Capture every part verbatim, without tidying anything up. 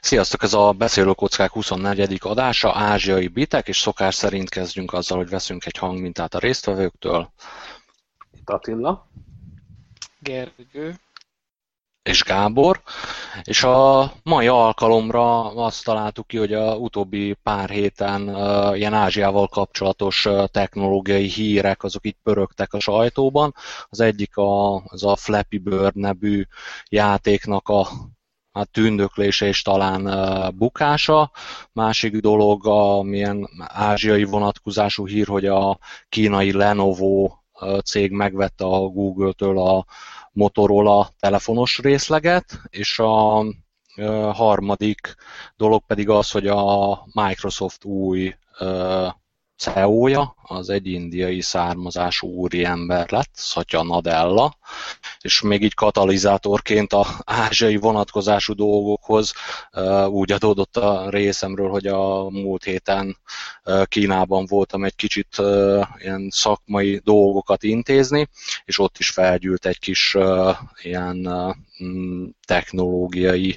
Sziasztok, ez a Beszélőkockák huszonnegyedik adása, ázsiai bitek, és szokás szerint kezdjünk azzal, hogy veszünk egy hangmintát a résztvevőktől. Itt Attila. Gergő. És Gábor. És a mai alkalomra azt találtuk ki, hogy a utóbbi pár héten uh, ilyen Ázsiával kapcsolatos uh, technológiai hírek, azok így pörögtek a sajtóban. Az egyik a, az a Flappy Bird nevű játéknak a a tündöklése és talán uh, bukása. Másik dolog, amilyen ázsiai vonatkozású hír, hogy a kínai Lenovo uh, cég megvette a Google-től a Motorola telefonos részleget, és a uh, harmadik dolog pedig az, hogy a Microsoft új uh, C E O-ja, az egy indiai származású úriember lett, Satya Nadella, és még így katalizátorként az ázsiai vonatkozású dolgokhoz úgy adódott a részemről, hogy a múlt héten Kínában voltam egy kicsit ilyen szakmai dolgokat intézni, és ott is felgyűlt egy kis ilyen technológiai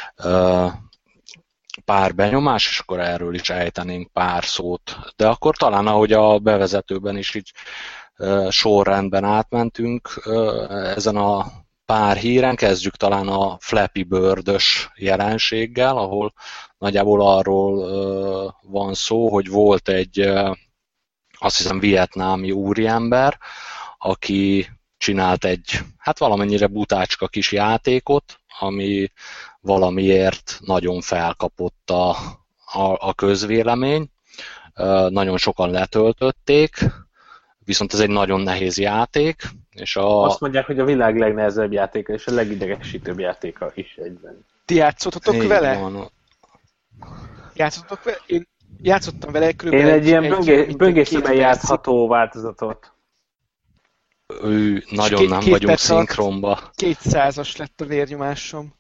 pár benyomás, és akkor erről is ejtenénk pár szót. De akkor talán, ahogy a bevezetőben is így uh, sorrendben átmentünk uh, ezen a pár híren, kezdjük talán a Flappy Bird-ös jelenséggel, ahol nagyjából arról uh, van szó, hogy volt egy, uh, azt hiszem, vietnámi úriember, aki csinált egy, hát valamennyire butácska kis játékot, ami valamiért nagyon felkapott a, a, a közvélemény, nagyon sokan letöltötték, viszont ez egy nagyon nehéz játék. És a... Azt mondják, hogy a világ legnehezebb játéka és a legidegesítőbb játéka is egyben. Ti játszottatok vele? Van. Játszottok vele? Én játszottam vele körülbelül. Én egy, egy ilyen böngé, böngészőben játszható változatot. Ő, nagyon két, nem két vagyunk szinkronba. kétszázas lett a vérnyomásom.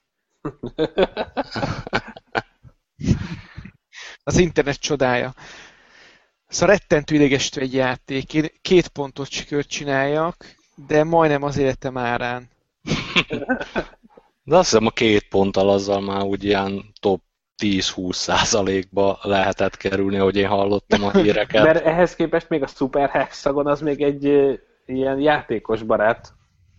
Az internet csodája. Szóval rettentő idegesítő egy játék. Én két pontot sikert csináljak, de majdnem az életem árán. De azt hiszem a két ponttal azzal már úgy ilyen top tíz-húsz százalékba lehetett kerülni, hogy én hallottam a híreket. Mert ehhez képest még a Super Hexagon az még egy ilyen játékos barát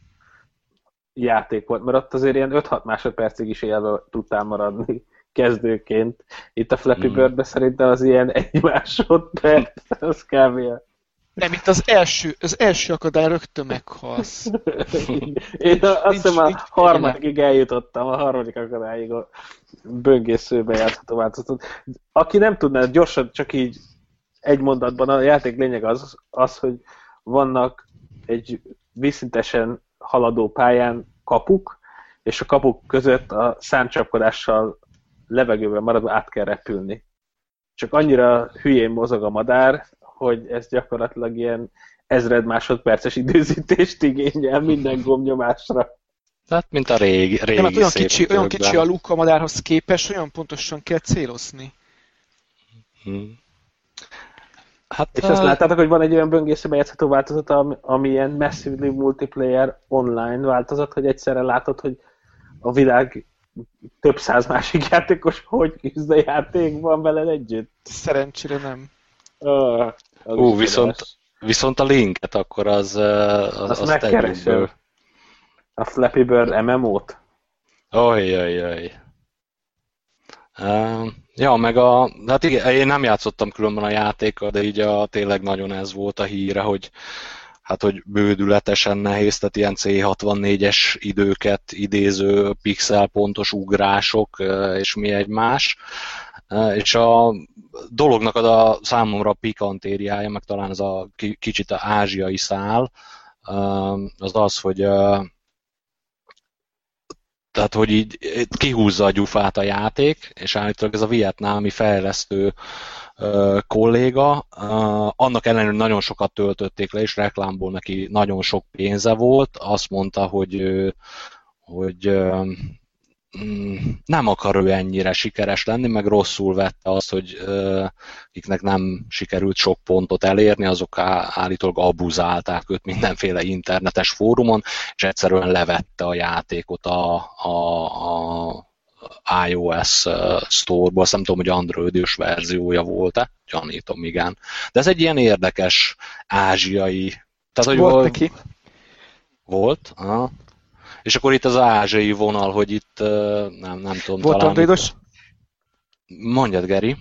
játék volt, mert ott azért ilyen öt-hat másodpercig is élve tudtál maradni kezdőként. Itt a Flappy hmm. Bird-ben szerintem az ilyen egy másodperc, az kb. Nem, itt az első, az első akadály rögtön meghalsz. Én azt hiszem a harmadikig eljutottam, a harmadik akadályig a böngészőben játszható változatot. Aki nem tudná, gyorsan csak így egy mondatban, a játék lényeg az, az hogy vannak egy vízszintesen haladó pályán kapuk, és a kapuk között a szárnycsapkodással levegőben maradva át kell repülni. Csak annyira hülyén mozog a madár, hogy ez gyakorlatilag ilyen ezred másodperces időzítést igényel minden gombnyomásra. Tehát, mint a régi, régi nem, olyan, szép kicsi, olyan kicsi a luk a madárhoz képest, olyan pontosan kell célozni. Hmm. Hát, és azt láttátok, hogy van egy olyan böngészőben játszható változat, ami, ami ilyen massively multiplayer online változat, hogy egyszerre látod, hogy a világ több száz másik játékos hogy küzd a játékban veled együtt. Szerencsére nem. Uh, Ú, viszont, viszont a linket akkor az, az, azt az megkeresem. A Flappy Bird em em ó-t. Ojjajjaj. Uh, ja, meg a... Hát igen, én nem játszottam különben a játékkal, de így a, tényleg nagyon ez volt a híre, hogy hát, hogy bődületesen nehéz, tehát ilyen cé hatvannégyes időket idéző pixelpontos ugrások és mi egymás. És a dolognak az a számomra pikantériája, meg talán ez a kicsit a ázsiai szál, az az, hogy tehát, hogy így kihúzza a gyufát a játék, és állítólag ez a vietnámi fejlesztő uh, kolléga, uh, annak ellenére nagyon sokat töltötték le, és reklámból neki nagyon sok pénze volt, azt mondta, hogy, uh, hogy uh, nem akar ő ennyire sikeres lenni, meg rosszul vette azt, hogy uh, akiknek nem sikerült sok pontot elérni, azok állítólag abuzálták őt mindenféle internetes fórumon, és egyszerűen levette a játékot a, a, a, iOS Store-ból, azt nem tudom, hogy androidos verziója volt-e, gyanítom, igen. De ez egy ilyen érdekes ázsiai... Tehát, hogy volt vol... neki. Volt? Aha. És akkor itt az ázsiai vonal, hogy itt nem, nem tudom, volt talán... androidos? Mondjad, Geri.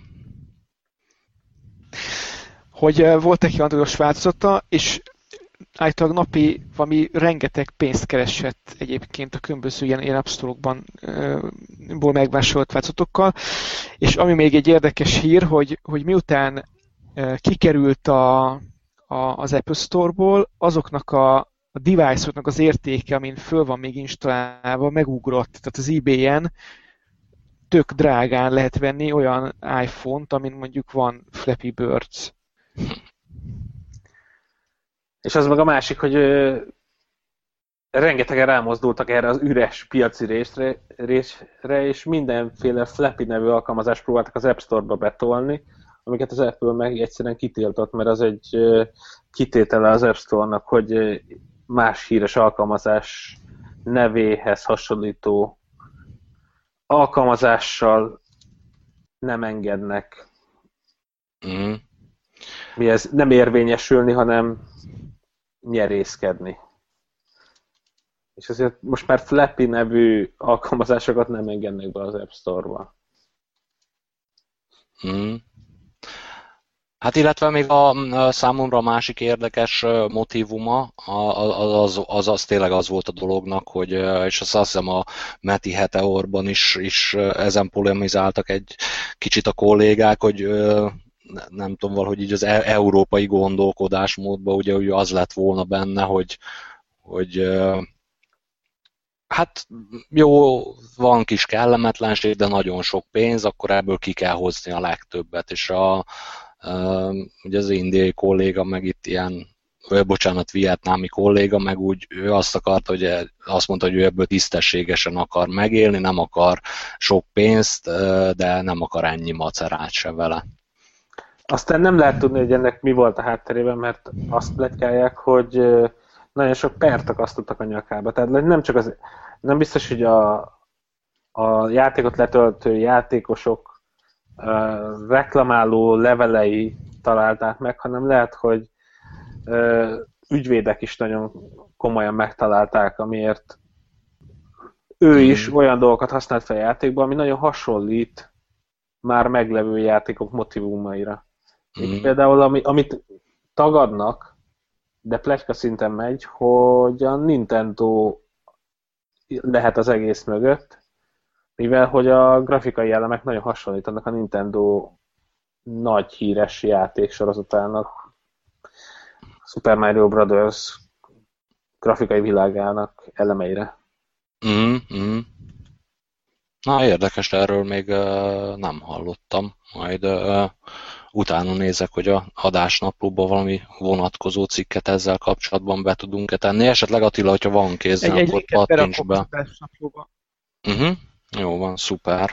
Hogy volt neki androidos változata, és általában napi valami rengeteg pénzt keresett egyébként a különböző ilyen, ilyen App Store-okban ból megvásárolt változatokkal. És ami még egy érdekes hír, hogy, hogy miután kikerült a, a, az Apple Store-ból, azoknak a, a device-oknak az értéke, amin föl van még installálva, megugrott. Tehát az eBay-en tök drágán lehet venni olyan iPhone-t, amin mondjuk van Flappy Birds. És az meg a másik, hogy ö, rengetegen rámozdultak erre az üres piaci részre, részre, és mindenféle Flappy nevű alkalmazást próbáltak az App Store-ba betolni, amiket az Apple meg egyszerűen kitiltott, mert az egy ö, kitétele az App Store-nak, hogy ö, más híres alkalmazás nevéhez hasonlító alkalmazással nem engednek. Mm. Mi ez nem érvényesülni, hanem nyerészkedni. És azért most már Flappy nevű alkalmazásokat nem engednek be az App Store-ba. Mm. Hát illetve még a, a számomra a másik érdekes motívuma, az, az, az, az tényleg az volt a dolognak, hogy, és azt hiszem a Meti Heteorban is, is ezen polemizáltak egy kicsit a kollégák, hogy nem tudom, valahogy így az e- európai gondolkodásmódban ugye, ugye az lett volna benne, hogy, hogy hát jó, van kis kellemetlenség, de nagyon sok pénz, akkor ebből ki kell hozni a legtöbbet, és a, ugye az indiai kolléga meg itt ilyen, bocsánat, vietnámi kolléga meg úgy, ő azt akarta, hogy azt mondta, hogy ő ebből tisztességesen akar megélni, nem akar sok pénzt, de nem akar ennyi macerát se vele. Aztán nem lehet tudni, hogy ennek mi volt a hátterében, mert azt pletykálják, hogy nagyon sok pert akasztottak a nyakába. Tehát nem csak az, nem biztos, hogy a, a játékot letöltő játékosok uh, reklamáló levelei találták meg, hanem lehet, hogy uh, ügyvédek is nagyon komolyan megtalálták, amiért ő is olyan dolgokat használt fel a játékban, ami nagyon hasonlít már meglevő játékok motivumaira. Mm. Például, ami, amit tagadnak, de pletyka szinten megy, hogy a Nintendo lehet az egész mögött, mivel hogy a grafikai elemek nagyon hasonlítanak a Nintendo nagy híres játéksorozatának, Super Mario Brothers grafikai világának elemeire. Mm, mm. Na, érdekes, erről még uh, nem hallottam. Majd uh, utána nézek, hogy a adásnaplóban valami vonatkozó cikket ezzel kapcsolatban be tudunk-e tenni. Esetleg Attila, hogyha van kézzel, egy, akkor egy pattints be. Uh-huh. Jó van, szuper.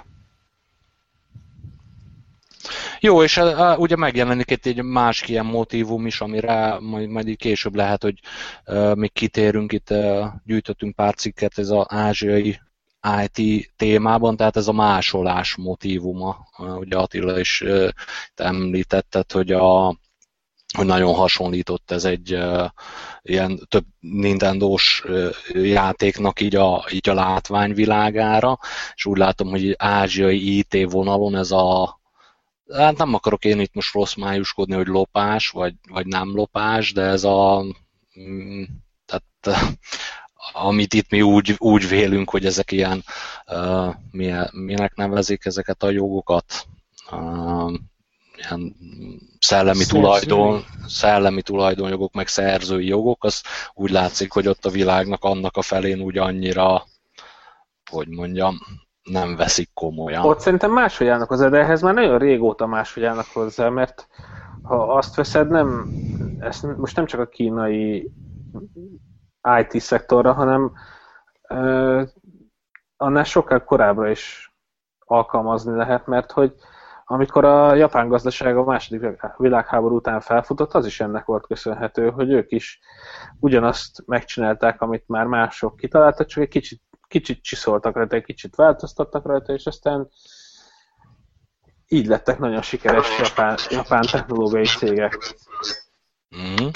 Jó, és uh, ugye megjelenik itt egy másik ilyen motívum is, amire majd, majd így később lehet, hogy uh, még kitérünk, itt uh, gyűjtöttünk pár cikket, ez az ázsiai i té témában, tehát ez a másolás motívuma. Ugye Attila is uh, említetted, hogy, a, hogy nagyon hasonlított ez egy uh, ilyen több Nintendós uh, játéknak így a, így a látványvilágára, és úgy látom, hogy ázsiai i té vonalon ez a, hát nem akarok én itt most rossz májuskodni, hogy lopás, vagy, vagy nem lopás, de ez a mm, tehát amit itt mi úgy, úgy vélünk, hogy ezek ilyen, uh, milyen, minek nevezik ezeket a jogokat, uh, ilyen szellemi Szerzői. tulajdon, szellemi tulajdonjogok, meg szerzői jogok, az úgy látszik, hogy ott a világnak annak a felén úgy annyira, hogy mondjam, nem veszik komolyan. Ott szerintem máshogy állnak hozzá, de ehhez már nagyon régóta máshogy állnak hozzá, mert ha azt veszed, nem, ezt most nem csak a kínai i té szektorra, hanem uh, annál sokkal korábbra is alkalmazni lehet, mert hogy amikor a japán gazdaság a második világháború után felfutott, az is ennek volt köszönhető, hogy ők is ugyanazt megcsinálták, amit már mások kitaláltak, csak egy kicsit, kicsit csiszoltak rajta, egy kicsit változtattak rajta, és aztán így lettek nagyon sikeres japán, japán technológiai cégek. Mm.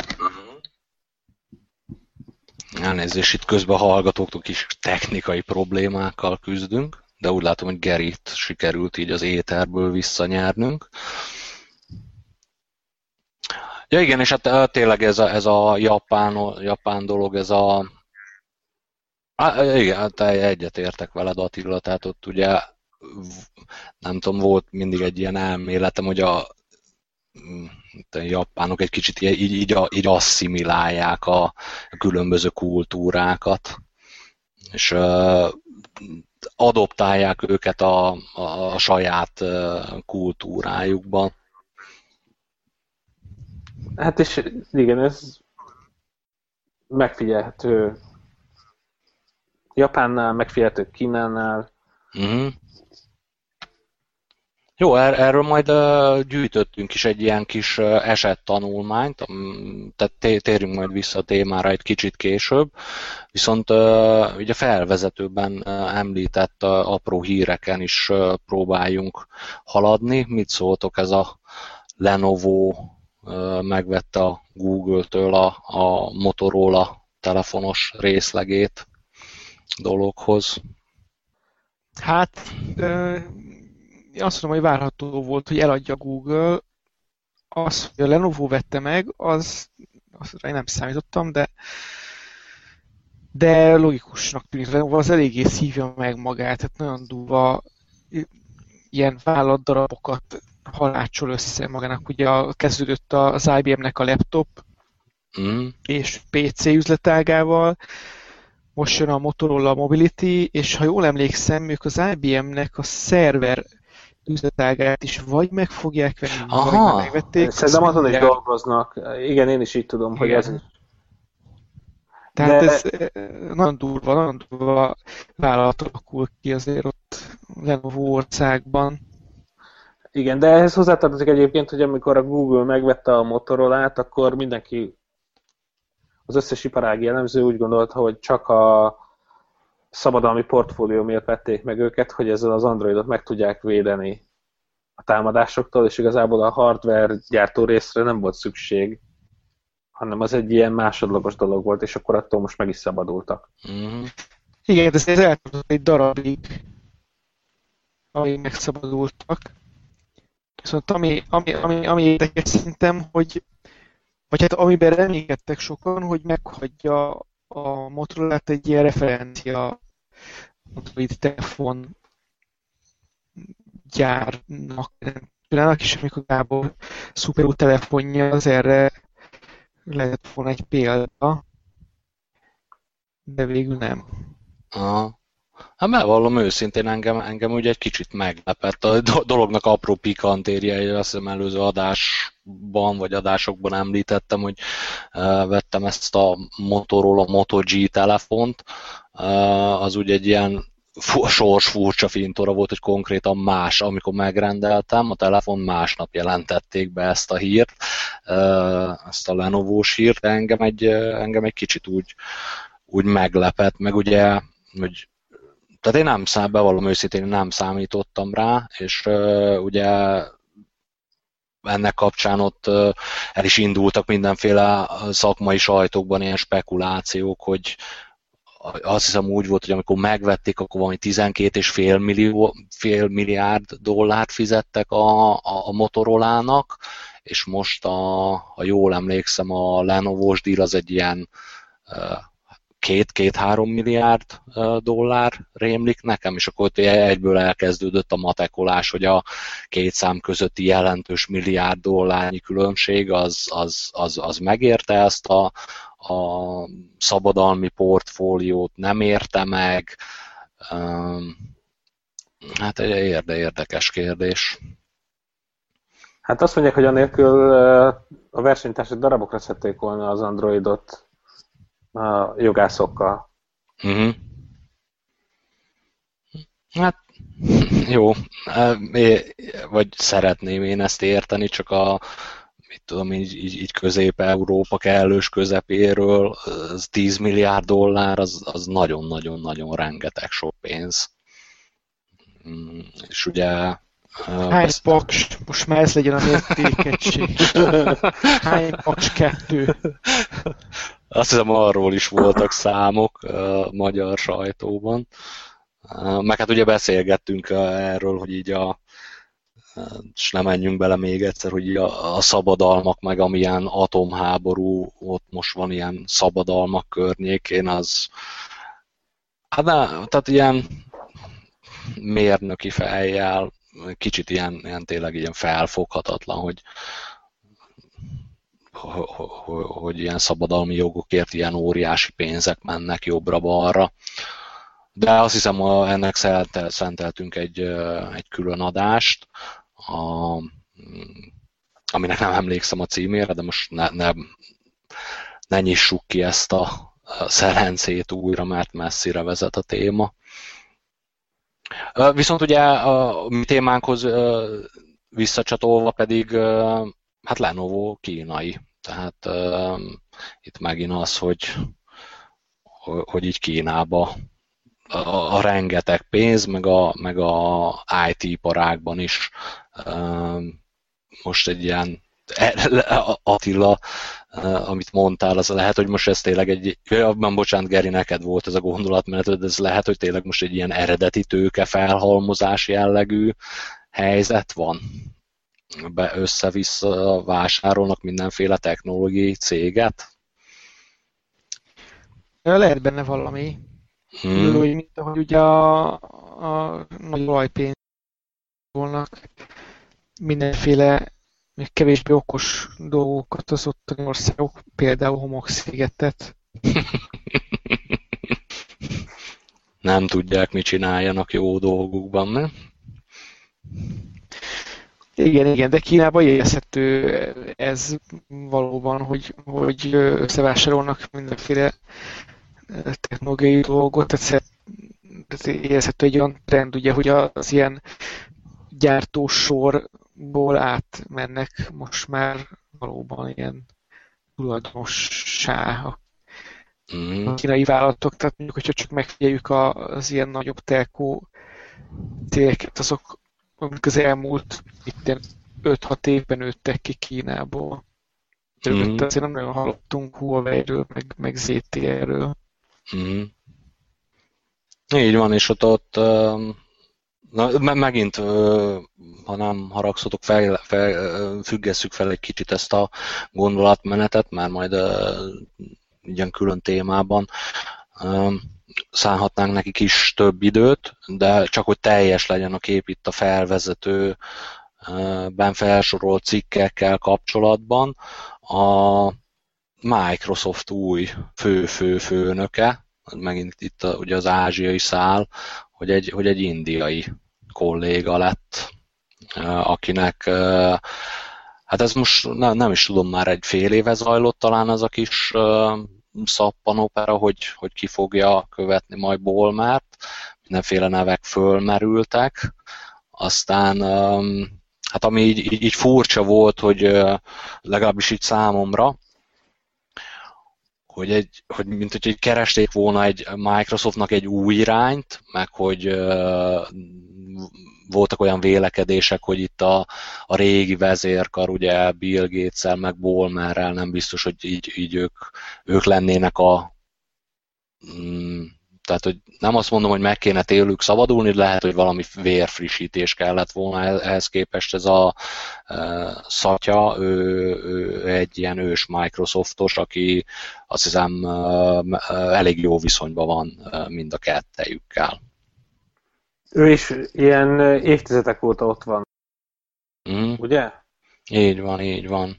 Elnézést, itt közben a hallgatóktól kis technikai problémákkal küzdünk, de úgy látom, hogy Gerit sikerült így az éterből visszanyernünk. Ja igen, és hát tényleg ez a, ez a japán, japán dolog, ez a... Á, igen, hát egyetértek veled, Attila, tehát ott ugye, nem tudom, volt mindig egy ilyen elméletem, hogy a, a japánok egy kicsit így, így, így asszimilálják a, a különböző kultúrákat, és uh, adoptálják őket a, a, a saját uh, kultúrájukban. Hát és igen, ez megfigyelhető Japánnál, megfigyelhető Kínánál. Mm-hmm. Jó, er- erről majd uh, gyűjtöttünk is egy ilyen kis uh, esettanulmányt, um, tehát té- térjünk majd vissza a témára egy kicsit később, viszont uh, ugye felvezetőben uh, említett uh, apró híreken is uh, próbáljunk haladni. Mit szóltok, ez a Lenovo uh, megvette a Google-től a, a Motorola telefonos részlegét dologhoz? Hát... Ö- Én azt mondom, hogy várható volt, hogy eladja Google. Az, hogy a Lenovo vette meg, az, azra én nem számítottam, de, de logikusnak tűnik. A Lenovo az eléggé szívja meg magát, tehát nagyon durva ilyen vállalatdarabokat halácsol össze magának. Ugye kezdődött az I B M-nek a laptop mm. és pé cé üzletágával, most jön a Motorola Mobility, és ha jól emlékszem, ők az I B M-nek a szerver üzletágát is vagy meg fogják venni, Aha, vagy megvették. Szerintem azon is dolgoznak. Igen, én is így tudom, igen. Hogy ez is. Tehát de... ez nagyon durva, nagyon durva vállalat alakul ki azért ott Lenovo országban. Igen, de ehhez hozzátartozik egyébként, hogy amikor a Google megvette a Motorolát, akkor mindenki, az összes iparági elemző úgy gondolta, hogy csak a szabadalmi portfólió miatt vették meg őket, hogy ezzel az Androidot meg tudják védeni a támadásoktól, és igazából a hardware gyártó részre nem volt szükség, hanem az egy ilyen másodlagos dolog volt, és akkor attól most meg is szabadultak. Mm. Igen, ez eltartott egy darabig, amíg megszabadultak. Viszont ami, ami, ami, ami érdekes szerintem, hogy vagy hát amiben reménykedtek sokan, hogy meghagyja a Motorola-t egy ilyen referencia Android telefon gyárnak, csinálnak, és amikor Gábor szuperú telefonja, az erre lehet volna egy példa, de végül nem. Aha. Hát bevallom őszintén, engem, engem ugye egy kicsit meglepett. A dolognak apró pikantériája, azt hiszem előző adásban vagy adásokban említettem, hogy uh, vettem ezt a Motorola Moto G telefont. Uh, az ugye egy ilyen sors furcsa fintora volt, hogy konkrétan más, amikor megrendeltem, a telefon másnap jelentették be ezt a hírt, uh, ezt a Lenovo-s hírt, de engem egy, engem egy kicsit úgy, úgy meglepett, meg ugye, hogy tehát én nem szám, bevallom őszintén, nem számítottam rá, és uh, ugye ennek kapcsán ott uh, el is indultak mindenféle szakmai sajtókban ilyen spekulációk, hogy azt hiszem úgy volt, hogy amikor megvették, akkor valami tizenkét egész öt millió, fél milliárd dollárt fizettek a, a, a Motorolának, és most, a, ha jól emlékszem, a Lenovo-s díl az egy ilyen uh, két-két-három milliárd dollár rémlik nekem, és akkor egyből elkezdődött a matekolás, hogy a két szám közötti jelentős milliárd dollárnyi különbség az, az, az, az megérte ezt a, a szabadalmi portfóliót, nem érte meg. Hát egy érde, érdekes kérdés. Hát azt mondják, hogy anélkül a versenytársak darabokra szedték volna az Androidot a jogászokkal. Uh-huh. Hát jó, vagy szeretném én ezt érteni, csak a mit tudom, így, így, így Közép-Európa kellős közepéről, az tíz milliárd dollár, az, az nagyon-nagyon-nagyon rengeteg sok pénz. És ugye... Hány besz... paks? Most már ez legyen a mértékegység. Hány paks kettő? Azt hiszem, arról is voltak számok a magyar sajtóban. Meg hát ugye beszélgettünk erről, hogy így a és nem menjünk bele még egyszer, hogy a, a szabadalmak, meg amilyen atomháború, ott most van ilyen szabadalmak környékén, az hát ne, tehát ilyen mérnöki fejjel, kicsit ilyen, ilyen tényleg ilyen felfoghatatlan, hogy, hogy, hogy ilyen szabadalmi jogokért ilyen óriási pénzek mennek jobbra-balra. De azt hiszem, ennek szenteltünk egy, egy külön adást, a, aminek nem emlékszem a címére, de most ne, ne, ne nyissuk ki ezt a szerencét újra, mert messzire vezet a téma. Viszont ugye a mi témánkhoz visszacsatolva pedig hát Lenovo kínai. Tehát itt megint az, hogy, hogy így Kínába A, a rengeteg pénz, meg a, meg a í té-iparágban is most egy ilyen Attila, amit mondtál, az lehet, hogy most ez tényleg egy, nem bocsánat, Geri, neked volt ez a gondolatmenet, de ez lehet, hogy tényleg most egy ilyen eredeti tőke felhalmozás jellegű helyzet van. Be össze-vissza vásárolnak mindenféle technológiai céget. Lehet benne valami. Hmm. Úgy, mint ahogy ugye a, a nagy olajpénz volnak mindenféle kevésbé okos dolgokat az ottani országok, például homokszigetet. Nem tudják, mit csináljanak jó dolgukban, nem? Igen, igen, de Kínában érezhető ez valóban, hogy, hogy összevásárolnak mindenféle technológiai dolgot, tehát érezhető egy olyan trend, ugye, hogy az ilyen gyártósorból átmennek most már valóban ilyen tulajdonossá a mm. kínai vállalatok, tehát mondjuk, hogyha csak megfigyeljük az ilyen nagyobb telkó cégeket, azok amik az elmúlt öt-hat évben nőttek ki Kínából. Mm. Azért nem nagyon hallottunk Huawei-ről, meg, meg zé té é-ről. Mm. Így van, és ott, ott na, megint, ha nem haragszotok, fel, fel, függesszük fel egy kicsit ezt a gondolatmenetet, mert majd ilyen külön témában szánhatnánk nekik is több időt, de csak hogy teljes legyen a kép itt a felvezetőben felsorolt cikkekkel kapcsolatban. A Microsoft új fő-fő-főnöke, megint itt a, ugye az ázsiai szál, hogy egy, hogy egy indiai kolléga lett, akinek, hát ez most nem, nem is tudom, már egy fél éve zajlott talán az a kis szappanopera, hogy, hogy ki fogja követni majd Ballmert, mindenféle nevek fölmerültek, aztán hát ami így, így, így furcsa volt, hogy legalábbis így számomra, hogy, egy, hogy mint hogy egy keresték volna egy Microsoftnak egy új irányt, meg hogy uh, voltak olyan vélekedések, hogy itt a, a régi vezérkar, ugye Bill Gates-el, meg Ballmerrel nem biztos, hogy így, így ők, ők lennének a... Mm, tehát, hogy nem azt mondom, hogy meg kéne tőlük szabadulni, lehet, hogy valami vérfrissítés kellett volna ehhez képest. Ez a uh, Szatya, ő, ő egy ilyen ős Microsoftos, aki azt hiszem uh, elég jó viszonyban van uh, mind a kettejükkel. Ő is ilyen évtizedek óta ott van, mm. ugye? Így van, így van.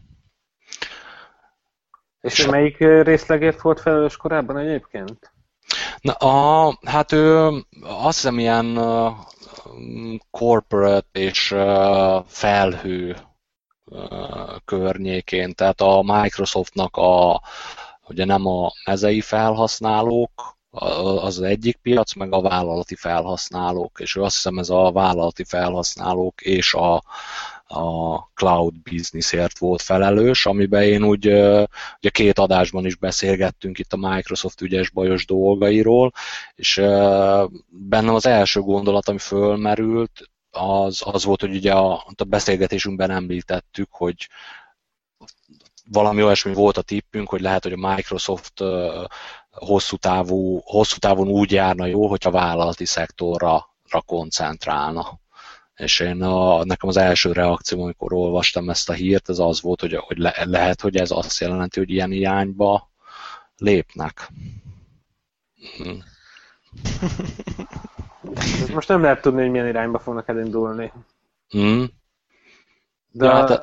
És so... melyik részlegért volt felelős korábban egyébként? Na, a, hát ő azt hiszem ilyen uh, corporate és uh, felhő uh, környékén, tehát a Microsoftnak a, ugye nem a mezei felhasználók, az az egyik piac, meg a vállalati felhasználók, és ő azt hiszem ez a vállalati felhasználók és a a cloud businessért volt felelős, amiben én úgy, ugye két adásban is beszélgettünk itt a Microsoft ügyes-bajos dolgairól, és bennem az első gondolat, ami fölmerült, az, az volt, hogy ugye a, a beszélgetésünkben említettük, hogy valami olyasmi volt a tippünk, hogy lehet, hogy a Microsoft hosszú, távú, hosszú távon úgy járna jól, hogyha a vállalati szektorra koncentrálna. És én a, nekem az első reakcióm, amikor olvastam ezt a hírt, az az volt, hogy, hogy le, lehet, hogy ez azt jelenti, hogy ilyen irányba lépnek. Hm. Most nem lehet tudni, hogy milyen irányba fognak elindulni. Hm. De... Ja, hát,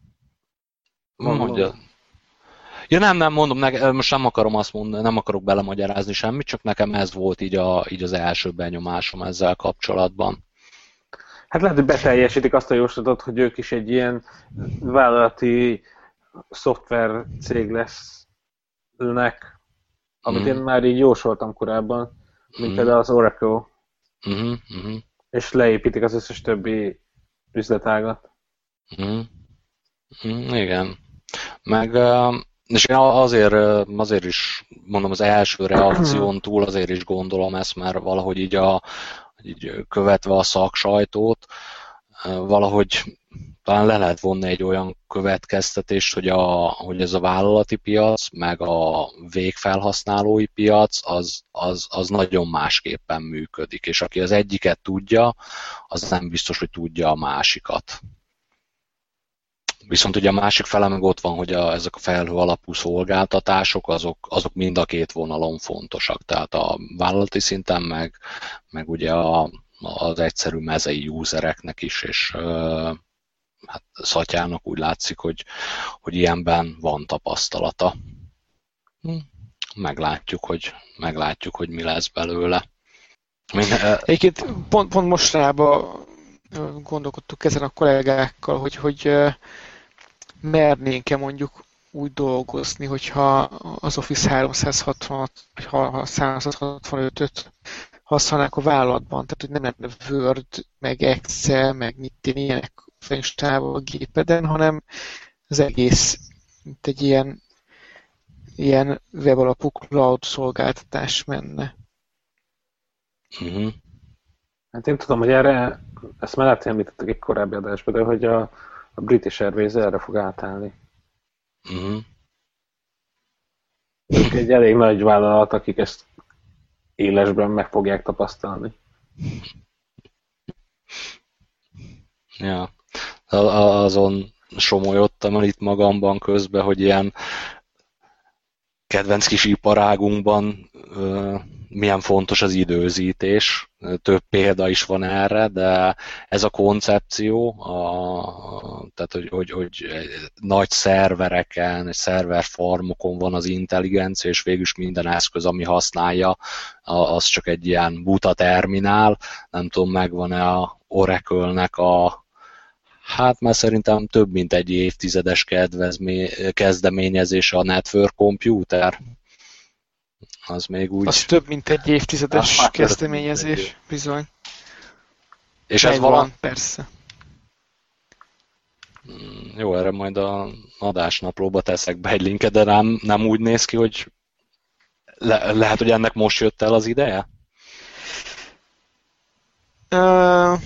mondja. Ja nem, nem mondom, ne, most nem akarom azt mondani, nem akarok belemagyarázni semmit, csak nekem ez volt így, a, így az első benyomásom ezzel kapcsolatban. Hát lehet, hogy beteljesítik azt a jóslatot, hogy ők is egy ilyen vállalati szoftver cég lesznek, amit mm. én már így jósoltam korábban, mint mm. például az Oracle, mm. Mm. és leépítik az összes többi üzletágat. Mm. Mm. Igen. Meg, és én azért, azért is mondom, az első reakción túl azért is gondolom ezt, mert valahogy így a így követve a szaksajtót, valahogy talán le lehet vonni egy olyan következtetést, hogy, a, hogy ez a vállalati piac, meg a végfelhasználói piac, az, az, az nagyon másképpen működik, és aki az egyiket tudja, az nem biztos, hogy tudja a másikat. Viszont ugye a másik fele meg ott van, hogy a, ezek a felhő alapú szolgáltatások, azok, azok mind a két vonalon fontosak. Tehát a vállalati szinten, meg, meg ugye a, az egyszerű mezei usereknek is, és uh, hát Szatyának úgy látszik, hogy, hogy ilyenben van tapasztalata. Hm. Meglátjuk, hogy, meglátjuk, hogy mi lesz belőle. Minden, Egyébként pont, pont mostanában gondolkodtuk ezen a kollégákkal, hogy, hogy mernénk-e mondjuk úgy dolgozni, hogyha az Office háromszázhatvanat, vagy háromszázhatvanötöt használnák a vállalatban, tehát hogy nem lenne Word, meg Excel, meg mit én ilyenek felinstába a gépeden, hanem az egész, mint egy ilyen, ilyen webalapú cloud szolgáltatás menne. Uh-huh. Hát én tudom, hogy erre, ezt már lehet, hogy említettek egy korábbi adásban, de hogy a, a British Airways erre fog átállni. Uh-huh. Ők egy elég nagy vállalat, akik ezt élesben meg fogják tapasztalni. Ja, azon somolyodtam itt magamban közben, hogy ilyen kedvenc kis iparágunkban milyen fontos az időzítés. Több példa is van erre, de ez a koncepció, a, tehát hogy, hogy, hogy nagy szervereken, szerverfarmokon van az intelligencia, és végülis minden eszköz, ami használja, az csak egy ilyen buta terminál. Nem tudom, megvan-e a Oracle-nek a hát már szerintem több mint egy évtizedes kezdeményezése a Network Computer. Az még úgy... Az több mint egy évtizedes ah, kezdeményezés, egy... bizony. És ez valami... persze. Jó, erre majd a adásnaplóba teszek be egy linket, de nem, nem úgy néz ki, hogy le, lehet, hogy ennek most jött el az ideje? Uh...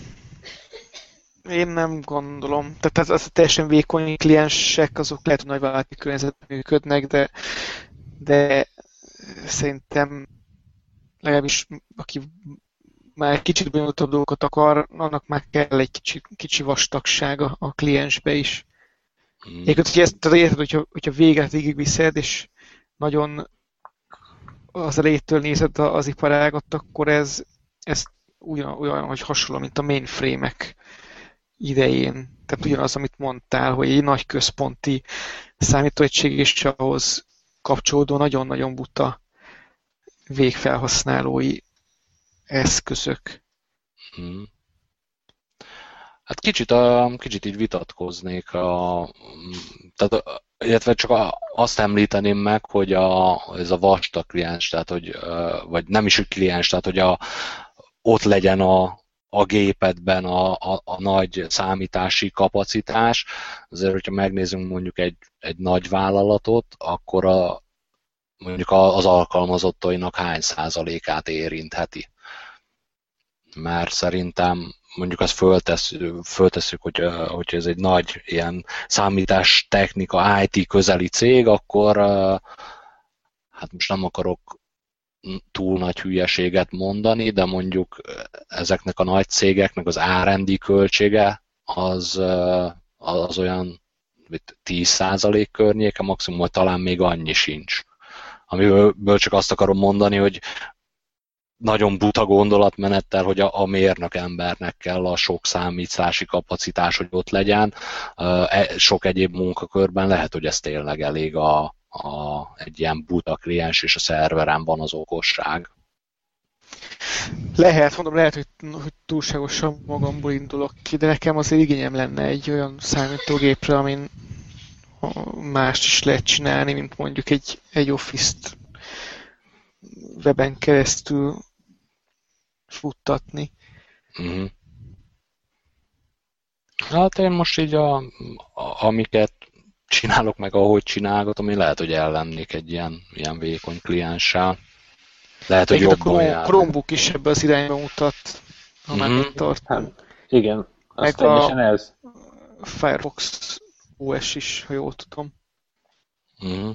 Én nem gondolom. Tehát az, az teljesen vékony kliensek, azok lehet, hogy nagyvállalati környezetben működnek, de, de szerintem legalábbis aki már kicsit bonyolultabb dolgokat akar, annak már kell egy kicsi, kicsi vastagság a, a kliensbe is. Mm. Egyébként, hogy ezt, tehát érted, hogyha, hogyha végre végig viszed, és nagyon az elejétől nézed az iparágat, akkor ez, ez olyan, olyan, hogy hasonló, mint a mainframe-ek idején. Tehát ugyanaz, amit mondtál, hogy egy nagy központi számítóegység és ahhoz kapcsolódó nagyon-nagyon buta végfelhasználói eszközök. Hmm. Hát kicsit, a, kicsit így vitatkoznék, a, tehát, illetve csak a, azt említeném meg, hogy a, ez a vastag kliens, tehát hogy, vagy nem is a kliens, tehát hogy a, ott legyen a a gépedben a, a, a nagy számítási kapacitás. Azért, hogyha megnézzünk mondjuk egy, egy nagy vállalatot, akkor a, mondjuk az alkalmazottainak hány százalékát érintheti. Mert szerintem mondjuk azt föltesszük, föltesszük hogy, hogy ez egy nagy ilyen számítástechnika, i té közeli cég, akkor hát most nem akarok túl nagy hülyeséget mondani, de mondjuk ezeknek a nagy cégeknek az er end dé költsége az, az olyan tíz százalék környéke, maximum talán még annyi sincs. Amiből csak azt akarom mondani, hogy nagyon buta gondolatmenettel, hogy a, a mérnök embernek kell a sok számítási kapacitás, hogy ott legyen. Sok egyéb munkakörben lehet, hogy ez tényleg elég a, a, egy ilyen buta kliens, és a szerveren van az okosság. Lehet, mondom, lehet, hogy, hogy túlságosan magamból indulok ki, de nekem azért igényem lenne egy olyan számítógépre, amin mást is lehet csinálni, mint mondjuk egy, egy Office-t weben keresztül futtatni. Mm-hmm. Hát én most így a, a, amiket csinálok, meg ahogy csinálgatom, én lehet, hogy ellennék egy ilyen, ilyen vékony klienssel. Lehet, hogy jobban a jár. Chromebook is ebbe az irányba mutat, ha mm-hmm. már tartunk. Hát, igen, meg teljesen ez. Firefox o es is, ha jól tudom. Mm-hmm.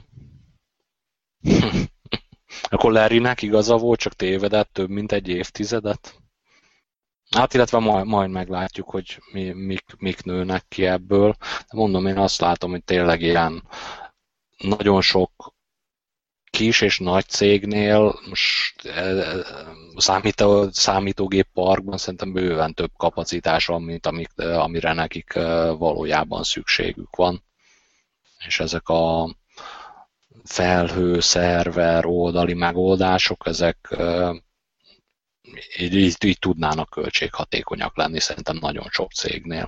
Akkor Larrynek igaza volt, csak tévedett több mint egy évtizedet? Hát illetve majd, majd meglátjuk, hogy mi, mik, mik nőnek ki ebből. De mondom, én azt látom, hogy tényleg ilyen nagyon sok kis és nagy cégnél most számító, számítógép parkban szerintem bőven több kapacitás van, mint amik, amire nekik valójában szükségük van. És ezek a felhő, szerver, oldali megoldások, ezek így, így, így tudnának költséghatékonyak lenni szerintem nagyon sok cégnél.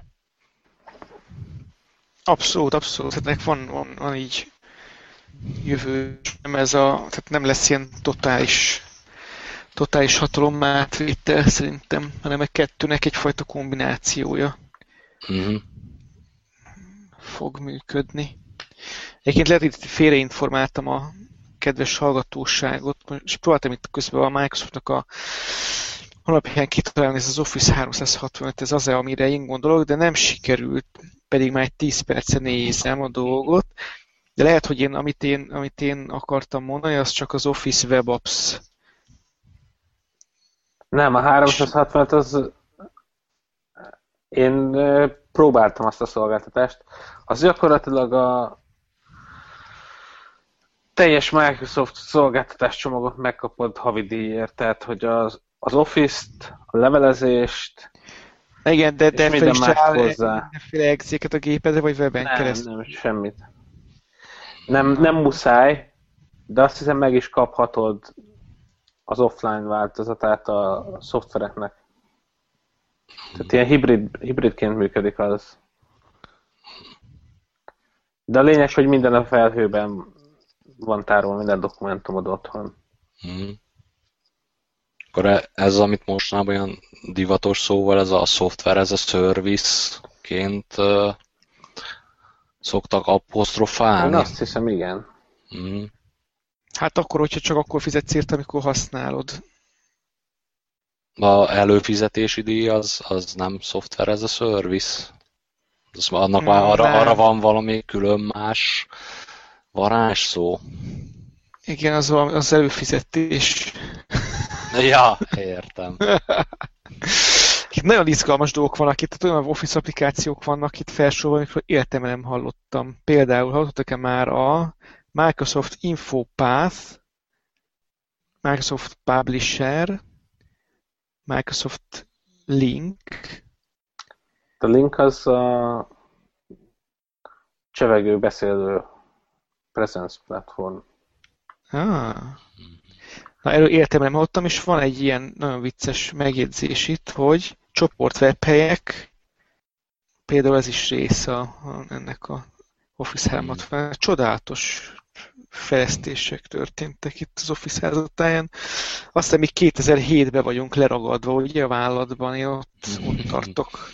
Abszolút, abszolút. Ennek van, van, van így jövő, nem ez a, tehát nem lesz ilyen totális, totális hatalomátvétel szerintem, hanem a kettőnek egyfajta kombinációja mm-hmm. fog működni. Egyébként lehet, hogy félreinformáltam a kedves hallgatóságot, és próbáltam itt közben a Microsoftnak a honlapján kitalálni, ez az Office háromszázhatvanöt, ez az, amire én gondolok, de nem sikerült, pedig már egy tíz perce nézem a dolgot, de lehet, hogy én, amit én, amit én akartam mondani, az csak az Office Web Apps. Nem, a háromszázhatvanöt az... Én próbáltam azt a szolgáltatást. Az gyakorlatilag a teljes Microsoft szolgáltatás csomagot megkapod havidíjért, tehát hogy az, az Office-t, a levelezést, igen, de, de fel is áll hozzá. Mindenféle egzéket a gépedre, vagy weben nem, keresztül? Nem, semmit. Nem, nem muszáj, de azt hiszem meg is kaphatod az offline változatát a szoftvereknek. Tehát ilyen hibrid, hibridként működik az. De a lényeg, hogy minden a felhőben van tárolva, minden dokumentumod otthon. Hmm. Akkor ez, amit mostanában olyan divatos szóval, ez a szoftver, ez a service-ként uh, szoktak apostrofálni? Én azt hiszem, igen. Hmm. Hát akkor, hogyha csak akkor fizetsz érte, amikor használod. A előfizetési díj az, az nem szoftver, ez a service. Az, annak már arra, arra van valami külön más varázsszó. Igen, az, az előfizetés. Ja, értem. Itt nagyon izgalmas dolgok vannak, itt olyan Office applikációk vannak itt felsorolva, amikről életemben nem hallottam. Például hallottak-e már a Microsoft InfoPath, Microsoft Publisher, Microsoft Link. A Link az a csevegő beszélő presence platform. Ah. Na, erről értem, hallottam, és van egy ilyen nagyon vicces megjegyzés itt, hogy csoportwebhelyek, például ez is része a, a, ennek a Office háromszázhatvan. Csodálatos, fejlesztések történtek itt az Office házatáján. Aztán még kétezer-hétben vagyunk leragadva, ugye a vállalatban, én ott, ott tartok.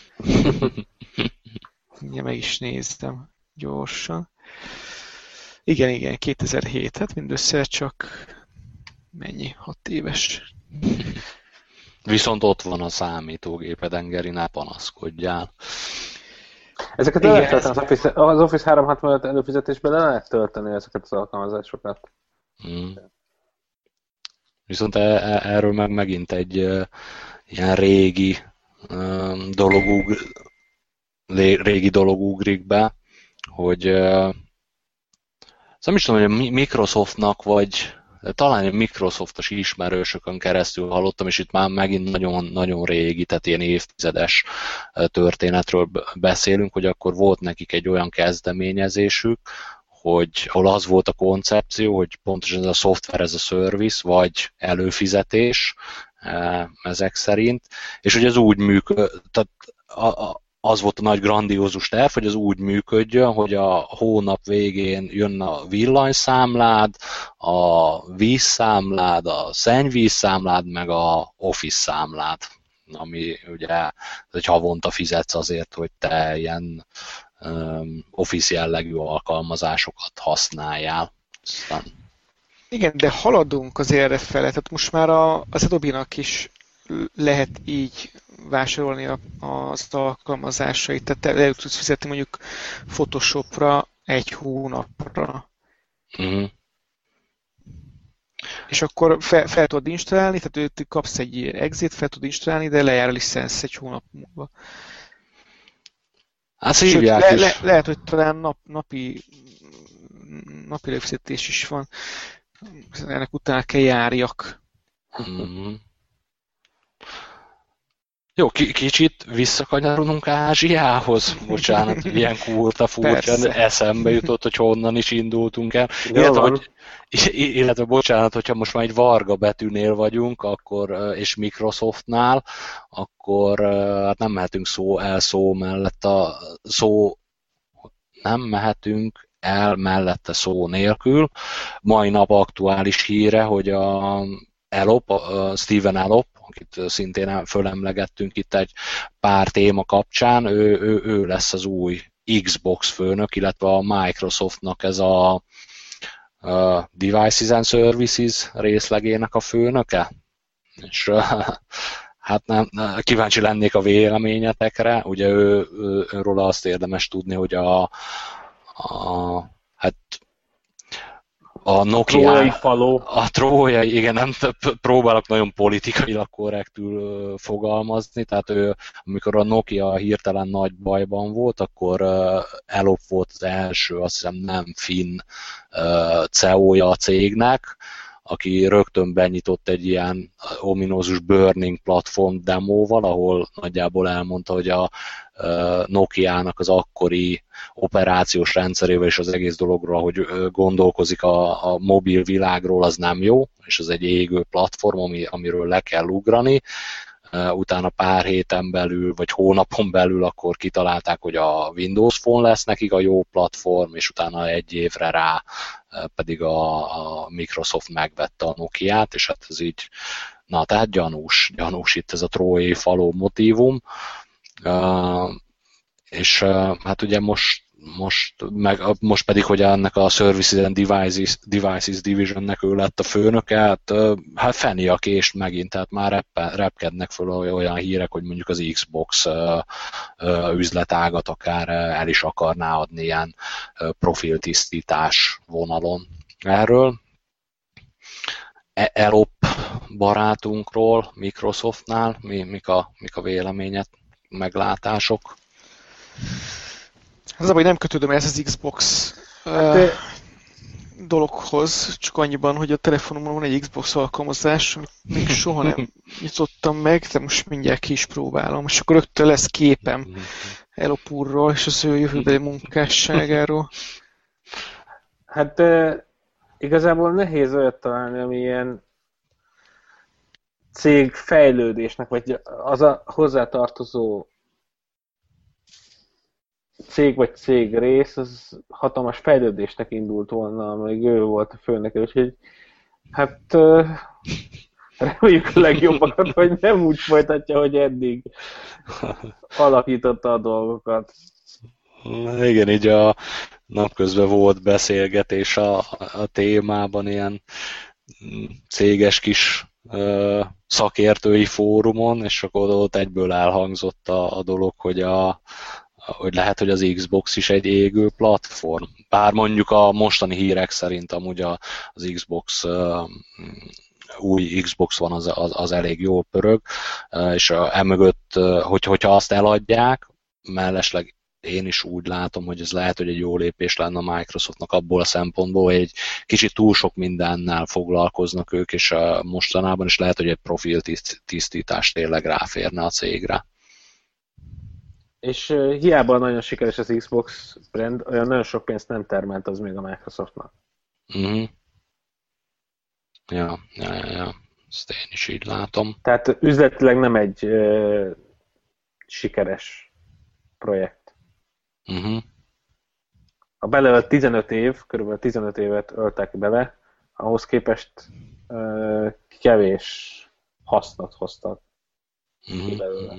Ugye meg is néztem gyorsan. Igen, igen, kétezer-hét, hát mindössze csak mennyi, hat éves. Viszont ott van a számítógépeden, Geri, ne panaszkodjál. Ezeket le lehet tölteni az Office, az Office háromszázhatvanöt előfizetésben le lehet tölteni ezeket az alkalmazásokat. Hmm. Viszont e- e- erről meg megint egy uh, ilyen régi um, dolog ugr- régi dolog ugrik be, hogy uh, nem is tudom, hogy a Microsoftnak vagy talán egy Microsoftos ismerősökön keresztül hallottam, és itt már megint nagyon, nagyon régi, tehát ilyen évtizedes történetről beszélünk, hogy akkor volt nekik egy olyan kezdeményezésük, hogy ahol az volt a koncepció, hogy pontosan ez a software as a service, vagy előfizetés ezek szerint, és hogy ez úgy működ, tehát az volt a nagy grandiózus terv, hogy az úgy működjön, hogy a hónap végén jön a villanyszámlád, a vízszámlád, a szennyvízszámlád, meg a Office számlád, ami ugye egy havonta fizetsz azért, hogy te ilyen um, Office jellegű alkalmazásokat használjál. Aztán... Igen, de haladunk azért erre fele, tehát most már a, az Adobe-nak is lehet így vásárolni az alkalmazásait, tehát el tudsz fizetni mondjuk Photoshopra egy hónapra. Uh-huh. És akkor fel, fel tudod installálni, tehát őt kapsz egy exit, fel tudod installálni, de lejár a licensz egy hónap múlva. Hát hívják le, is. Le, lehet, hogy talán nap, napi, napi előfizetés is van. Ennek utána kell járjak. Uh-huh. Jó, k- kicsit visszakanyarodunk Ázsiához. Bocsánat, ilyen kurta furcsa eszembe jutott, hogy honnan is indultunk el. Illetve, hogy, illetve, bocsánat, hogyha most már egy Varga betűnél vagyunk, akkor, és Microsoftnál, akkor hát nem mehetünk szó el szó mellett a szó, nem mehetünk el mellette szó nélkül. Mai nap aktuális híre, hogy a Elop, a Stephen Elop, akit szintén fölemlegettünk itt egy pár téma kapcsán, ő, ő, ő lesz az új Xbox főnök, illetve a Microsoftnak ez a, a Devices and Services részlegének a főnöke. És hát nem, kíváncsi lennék a véleményetekre. Ugye ő, ő, őről azt érdemes tudni, hogy a, a hát a Nokia, trójai faló. A trójai, igen, nem próbálok nagyon politikailag korrektül fogalmazni, tehát ő, amikor a Nokia hirtelen nagy bajban volt, akkor Elop volt az első, azt hiszem nem finn cé e o-ja a cégnek, aki rögtön benyitott egy ilyen ominózus burning platform demóval, ahol nagyjából elmondta, hogy a Nokia-nak az akkori operációs rendszerével és az egész dologról, hogy gondolkozik a, a mobil világról, az nem jó, és ez egy égő platform, ami, amiről le kell ugrani. Utána pár héten belül, vagy hónapon belül akkor kitalálták, hogy a Windows Phone lesz nekik a jó platform, és utána egy évre rá pedig a, a Microsoft megvette a Nokiát, és hát ez így, na tehát gyanús, gyanús itt ez a trójai faló motívum. Uh, és uh, hát ugye most, most, meg, most pedig, hogy ennek a Services and Devices, Devices Divisionnek ő lett a főnöke, hát, uh, hát feni a kést megint, tehát már reppe, repkednek föl olyan hírek, hogy mondjuk az Xbox uh, uh, üzletágat akár uh, el is akarná adni ilyen uh, profiltisztítás vonalon. Erről Elop barátunkról, Microsoftnál, mi, mik, a, mik a véleményed? Meglátások? Az a baj, nem kötődöm ez az Xbox hát, uh, dologhoz, csak annyiban, hogy a telefonomon van egy Xbox alkalmazás, amit még soha nem nyitottam meg, de most mindjárt ki is próbálom, és akkor rögtön lesz képem Elop úrról és az ő jövőbeli munkásságáról. Hát uh, igazából nehéz olyat találni, ami ilyen cég fejlődésnek, vagy az a hozzátartozó cég vagy cég rész, az hatalmas fejlődésnek indult volna, még ő volt a főnök, úgyhogy hát reméljük a legjobbakat, hogy nem úgy folytatja, hogy eddig alakította a dolgokat. Igen, így a napközben volt beszélgetés a, a témában, ilyen céges kis uh, szakértői fórumon, és akkor ott egyből elhangzott a, a dolog, hogy, a, hogy lehet, hogy az Xbox is egy égő platform. Bár mondjuk a mostani hírek szerint amúgy a, az Xbox uh, új Xbox van, az, az, az elég jól pörög, uh, és uh, emögött, uh, hogy, hogyha azt eladják, mellesleg én is úgy látom, hogy ez lehet, hogy egy jó lépés lenne a Microsoftnak abból a szempontból, hogy egy kicsit túl sok mindennel foglalkoznak ők, és mostanában is lehet, hogy egy profil tisztítás tényleg ráférne a cégre. És uh, hiába nagyon sikeres az Xbox brand, olyan nagyon sok pénzt nem termelt az még a Microsoftnak. Uh-huh. Ja, ja, ja, ja, ezt én is így látom. Tehát üzletileg nem egy uh, sikeres projekt. Uh-huh. A beleölt tizenöt év, körülbelül tizenöt évet öltek bele, ahhoz képest uh, kevés hasznot hoztak uh-huh. belőle.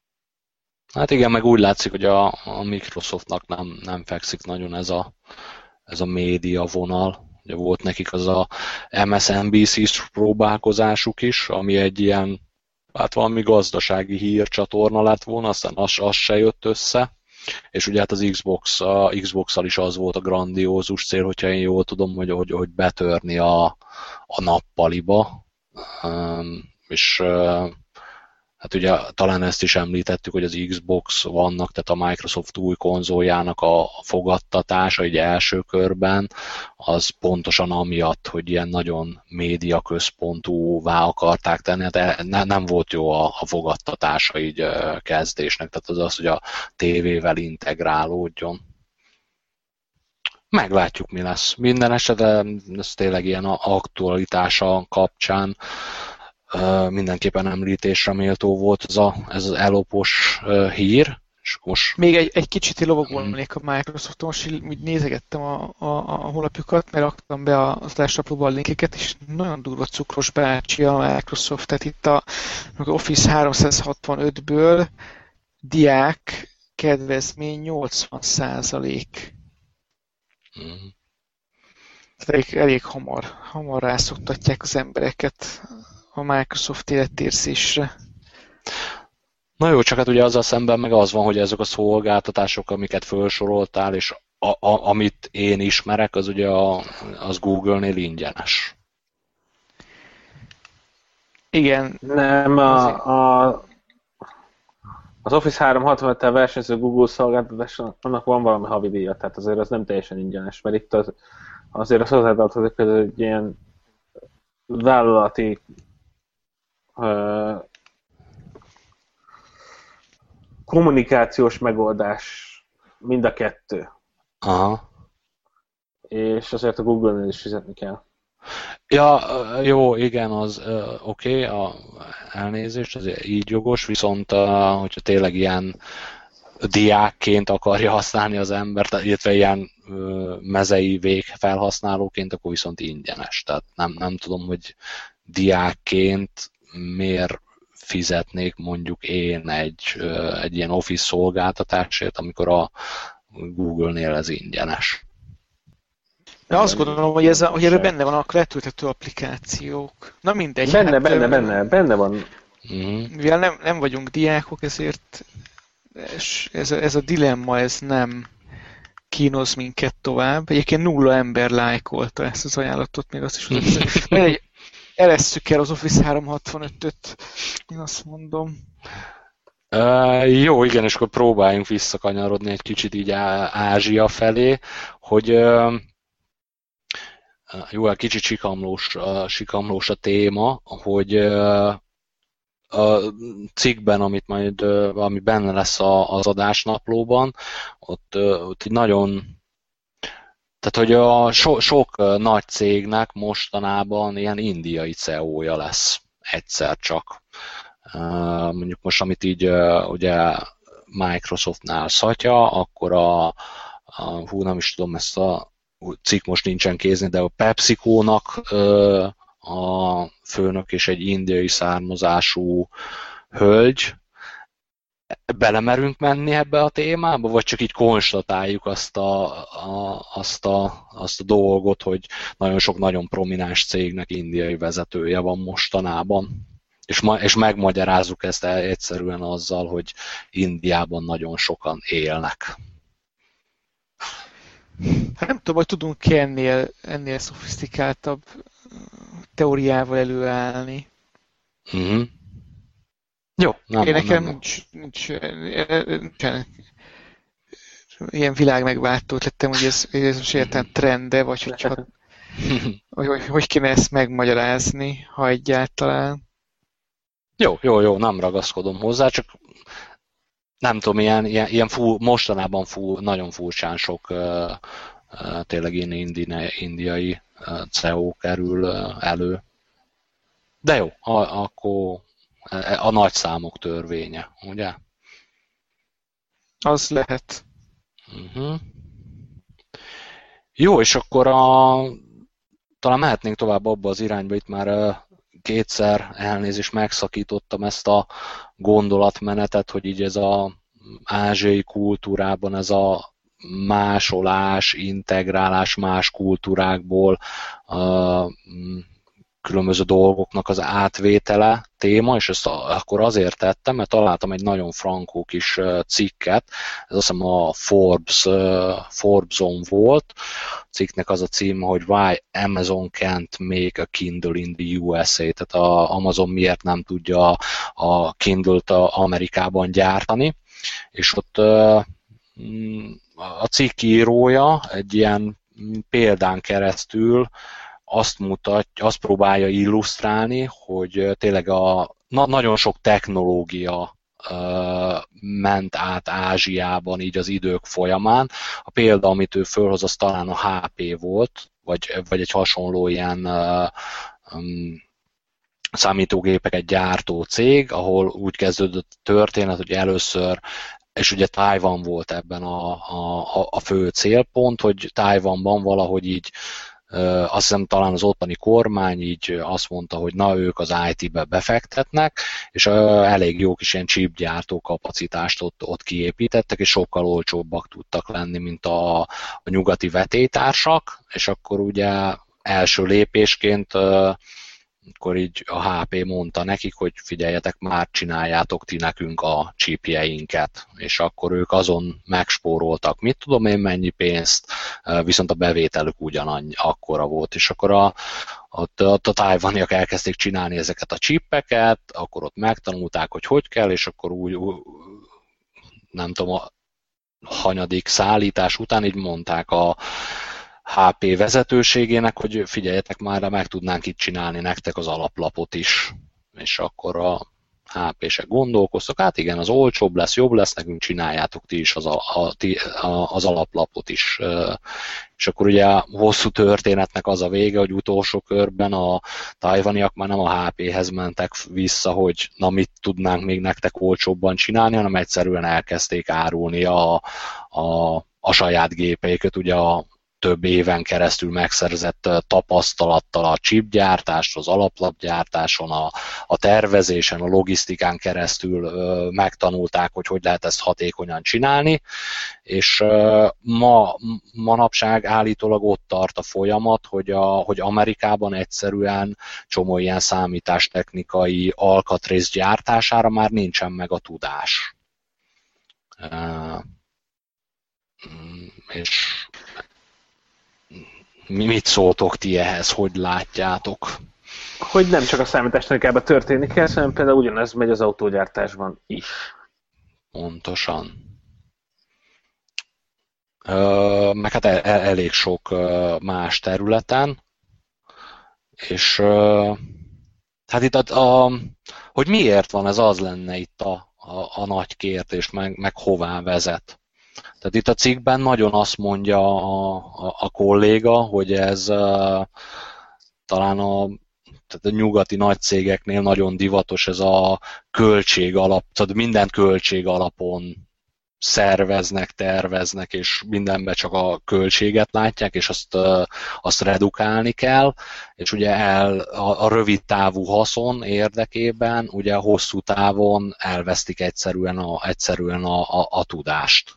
Hát igen, meg úgy látszik, hogy a, a Microsoftnak nem, nem fekszik nagyon ez a, ez a média vonal. Ugye volt nekik az a em es en bé cé-s próbálkozásuk is, ami egy ilyen, hát valami gazdasági hírcsatorna lett volna, aztán az, az se jött össze. És ugye hát az Xbox, a Xbox-szal is az volt a grandiózus cél, hogyha én jól tudom, hogy, hogy, hogy betörni a, a nappaliba. Um, és uh, hát ugye talán ezt is említettük, hogy az Xbox vannak, tehát a Microsoft új konzoljának a fogadtatása így első körben, az pontosan amiatt, hogy ilyen nagyon média központúvá akarták tenni, de ne, nem volt jó a, a fogadtatása így kezdésnek, tehát az az, hogy a tévével integrálódjon. Meglátjuk, mi lesz. Minden esetre ez tényleg ilyen aktualitása kapcsán mindenképpen említésre méltó volt ez, a, ez az elopos hír. És most... Még egy, egy kicsit lovagolnék a Microsofton, most így nézegettem a, a, a honlapjukat, mert raktam be az adásnaplóba a linkeket, és nagyon durva cukros bácsi a Microsoft, tehát itt a Office háromszázhatvanötből diák kedvezmény nyolcvan százalék. Mm. Elég, elég hamar, hamar rászoktatják az embereket a Microsoft életérzésre. Na jó, csak hát ugye azzal szemben meg az van, hogy ezek a szolgáltatások, amiket felsoroltál, és a, a, amit én ismerek, az ugye a, az Google-nél ingyenes. Igen. Nem, a, a, az Office háromszázhatvanöttel versenyző Google szolgáltatás, annak van valami havidíja, tehát azért az nem teljesen ingyenes, mert itt az, azért az hozzátartozik, hogy egy ilyen vállalati uh, kommunikációs megoldás mind a kettő. Aha. És azért a Google-nél is fizetni kell. Ja, jó, igen, az oké, okay, a elnézést, az így jogos, viszont hogyha tényleg ilyen diákként akarja használni az embert, illetve ilyen mezei végfelhasználóként, akkor viszont ingyenes. Tehát nem, nem tudom, hogy diákként miért fizetnék mondjuk én egy, egy ilyen Office szolgáltatásért, amikor a Google-nél ez ingyenes. De azt gondolom, hogy, ez a, hogy ebben benne vannak letölthető applikációk. Na mindegy. Benne, hát, benne, benne, benne van. Uh-huh. Mivel nem, nem vagyunk diákok, ezért ez a, ez a dilemma, ez nem kínoz minket tovább. Egyébként nulla ember lájkolta ezt az ajánlatot, még azt is mondom. Eresszük el az Office háromszázhatvanötöt, én azt mondom. Uh, jó, igen, és akkor próbáljunk visszakanyarodni egy kicsit így Ázsia felé, hogy uh, jó, egy kicsit sikamlós, uh, sikamlós a téma, hogy uh, a cikkben, amit majd, uh, ami benne lesz a, az adásnaplóban, ott, uh, ott egy nagyon, tehát hogy a so, sok uh, nagy cégnek mostanában ilyen indiai cé e ó-ja lesz egyszer csak. Uh, mondjuk most, amit így uh, ugye Microsoftnál szatya, akkor a, a hú, nem is tudom, ezt a cikk most nincsen kézni, de a PepsiCo-nak ö, a főnök és egy indiai származású hölgy. Belemerünk menni ebbe a témába, vagy csak így konstatáljuk azt a, a, azt, a, azt a dolgot, hogy nagyon sok nagyon prominens cégnek indiai vezetője van mostanában. És, ma, és megmagyarázzuk ezt egyszerűen azzal, hogy Indiában nagyon sokan élnek. Hát nem tudom, hogy tudunk ennél, ennél szofisztikáltabb teóriával előállni. Uh-huh. Jó, nem Én van, nekem nem nincs, nincs, nincs ilyen világmegváltó lettem, hogy ez, ez most értem trende, vagy hogy, csak, hogy, hogy hogy kéne ezt megmagyarázni, ha egyáltalán. Jó, jó, jó, nem ragaszkodom hozzá, csak nem tudom, ilyen, ilyen, ilyen fú, mostanában fú, nagyon furcsán sok uh, uh, tényleg ilyen indi, indiai uh, C E O kerül uh, elő. De jó, a, akkor a nagy számok törvénye, ugye? Az lehet. Uh-huh. Jó, és akkor a, talán mehetnénk tovább abba az irányba, itt már uh, kétszer elnézést megszakítottam ezt a gondolatmenetet, hogy így ez az ázsiai kultúrában ez a másolás, integrálás más kultúrákból uh, különböző dolgoknak az átvétele téma, és ezt akkor azért tettem, mert találtam egy nagyon frankó kis cikket, ez azt hiszem a Forbes, Forbes-on volt, a cikknek az a cím, hogy Why Amazon can't make a Kindle in the U S A, tehát a Amazon miért nem tudja a Kindle-t Amerikában gyártani, és ott a cikk írója egy ilyen példán keresztül azt mutatja, azt próbálja illusztrálni, hogy tényleg a, na, nagyon sok technológia uh, ment át Ázsiában így az idők folyamán. A példa, amit ő fölhoz, az talán a há pé volt, vagy, vagy egy hasonló ilyen uh, um, számítógépeket gyártó cég, ahol úgy kezdődött a történet, hogy először, és ugye Tajvan volt ebben a, a, a fő célpont, hogy Tajvanban valahogy így azt hiszem talán az ottani kormány így azt mondta, hogy na ők az í té-be befektetnek, és elég jó kis ilyen chipgyártó kapacitást ott, ott kiépítettek, és sokkal olcsóbbak tudtak lenni, mint a, a nyugati vetélytársak, és akkor ugye első lépésként akkor így a há pé mondta nekik, hogy figyeljetek, már csináljátok ti nekünk a chipjeinket, és akkor ők azon megspóroltak, mit tudom én mennyi pénzt, viszont a bevételük ugyanannyi akkora volt, és akkor a, ott, ott a tájvaniak elkezdték csinálni ezeket a chipeket, akkor ott megtanulták, hogy hogy kell, és akkor úgy, nem tudom, a hanyadik szállítás után így mondták a há pé vezetőségének, hogy figyeljetek már, meg tudnánk itt csinálni nektek az alaplapot is. És akkor a há pések gondolkoztak, hát igen, az olcsóbb lesz, jobb lesz, nekünk csináljátok ti is az, a, a, a, az alaplapot is. És akkor ugye a hosszú történetnek az a vége, hogy utolsó körben a tajvaniak már nem a há péhez mentek vissza, hogy na mit tudnánk még nektek olcsóbban csinálni, hanem egyszerűen elkezdték árulni a, a, a saját gépeiket, ugye a több éven keresztül megszerzett tapasztalattal a chipgyártást, az alaplapgyártáson, a, a tervezésen, a logisztikán keresztül ö, megtanulták, hogy hogy lehet ezt hatékonyan csinálni, és ö, ma, manapság állítólag ott tart a folyamat, hogy, a, hogy Amerikában egyszerűen csomó ilyen számítástechnikai alkatrész gyártására már nincsen meg a tudás. Ö, és mit szóltok ti ehhez, hogy látjátok? Hogy nem csak a számítástechnikában történik ez, hanem például ugyanez megy az autógyártásban is. Pontosan. Ö, meg hát el, elég sok más területen, és ö, hát itt a, a, hogy miért van ez, az lenne itt a, a, a nagy kérdés, meg, meg hová vezet. Tehát itt a cikkben nagyon azt mondja a, a, a kolléga, hogy ez uh, talán a, tehát a nyugati nagy cégeknél nagyon divatos ez a költség alap, tehát mindent költség alapon szerveznek, terveznek, és mindenben csak a költséget látják, és azt, azt redukálni kell, és ugye el, a, a rövid távú haszon érdekében ugye hosszú távon elvesztik egyszerűen a, egyszerűen a, a, a tudást.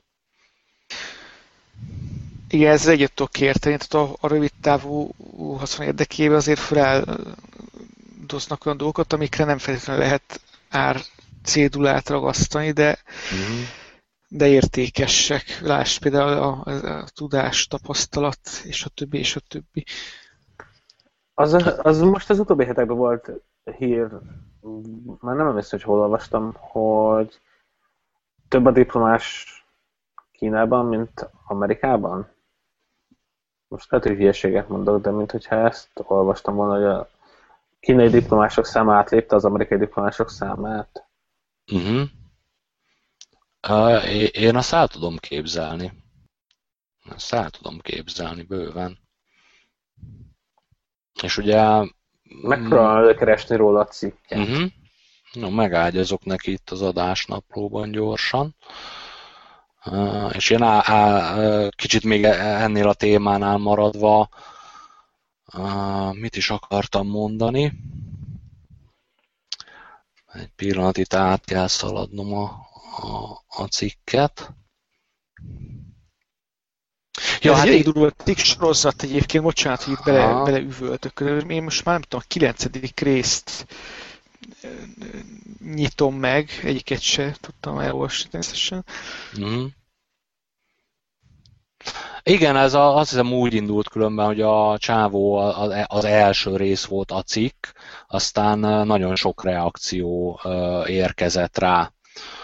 Igen, ez egyet tudok érteni, tehát a, a rövid távú haszon érdekében azért feláldoznak olyan dolgokat, amikre nem feltétlenül lehet ár cédulát ragasztani, de, mm. de értékesek. Lásd például a, a, a tudás, tapasztalat, és a többi, és a többi. Az, az most az utóbbi hetekben volt hír, már nem emlékszem, hogy hol olvastam, hogy több a diplomás Kínában, mint Amerikában. Most lehet, hogy hülyeséget mondok, de mintha ezt olvastam volna, hogy a kínai diplomások száma átlépte az amerikai diplomások számát. Uh-huh. Uh, én azt el tudom képzelni. Ezt el tudom képzelni bőven. És ugye... Megpróbálom előkeresni róla a cikket. Uh-huh. No, megágyazok neki itt az adásnaplóban gyorsan. Uh, és én á, á, kicsit még ennél a témánál maradva, uh, mit is akartam mondani? Egy pillanat, itt át kell szaladnom a, a, a cikket. Ja, hát egy durva cikk sorozat egyébként, bocsánat, hogy itt bele, beleüvöltök. Én most már nem tudom, a kilencedik részt nyitom meg, egyiket se tudtam elolvasni természetesen. Mm. Igen, ez a, azt hiszem úgy indult különben, hogy a csávó az, az első rész volt a cikk, aztán nagyon sok reakció érkezett rá.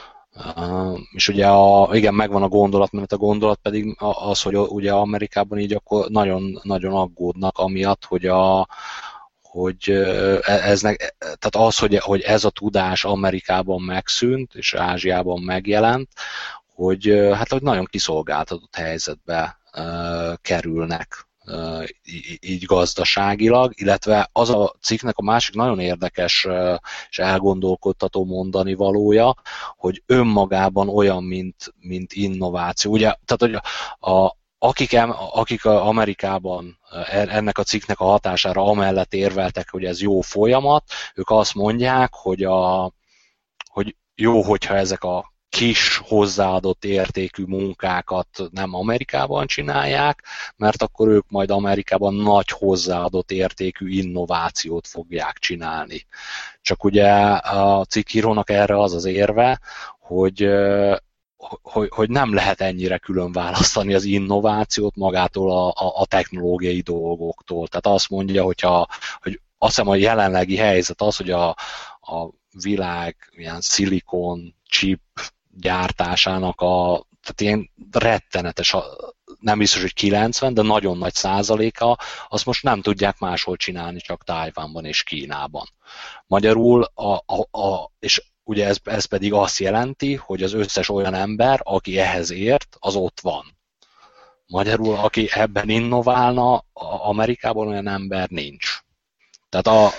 És ugye a, igen, megvan a gondolat, mert a gondolat pedig az, hogy ugye Amerikában így akkor nagyon, nagyon aggódnak amiatt, hogy a hogy ez, tehát az, hogy, hogy ez a tudás Amerikában megszűnt, és Ázsiában megjelent, hogy hát hogy nagyon kiszolgáltatott helyzetbe uh, kerülnek uh, így gazdaságilag, illetve az a cikknek a másik nagyon érdekes uh, és elgondolkodtató mondani valója, hogy önmagában olyan, mint, mint innováció. Ugye, tehát, hogy a, Akik, akik Amerikában ennek a cikknek a hatására amellett érveltek, hogy ez jó folyamat, ők azt mondják, hogy, a, hogy jó, hogyha ezek a kis hozzáadott értékű munkákat nem Amerikában csinálják, mert akkor ők majd Amerikában nagy hozzáadott értékű innovációt fogják csinálni. Csak ugye a cikkírónak erre az az érve, hogy Hogy, hogy nem lehet ennyire külön választani az innovációt magától a, a, a technológiai dolgoktól. Tehát azt mondja, hogyha, hogy azt hiszem a jelenlegi helyzet az, hogy a, a világ ilyen szilikon chip gyártásának a, tehát ilyen rettenetes, nem biztos, hogy kilencven, de nagyon nagy százaléka, azt most nem tudják máshol csinálni, csak Tajvanban és Kínában. Magyarul, a, a, a, és ugye ez, ez pedig azt jelenti, hogy az összes olyan ember, aki ehhez ért, az ott van. Magyarul, aki ebben innoválna, Amerikában olyan ember nincs. Tehát a...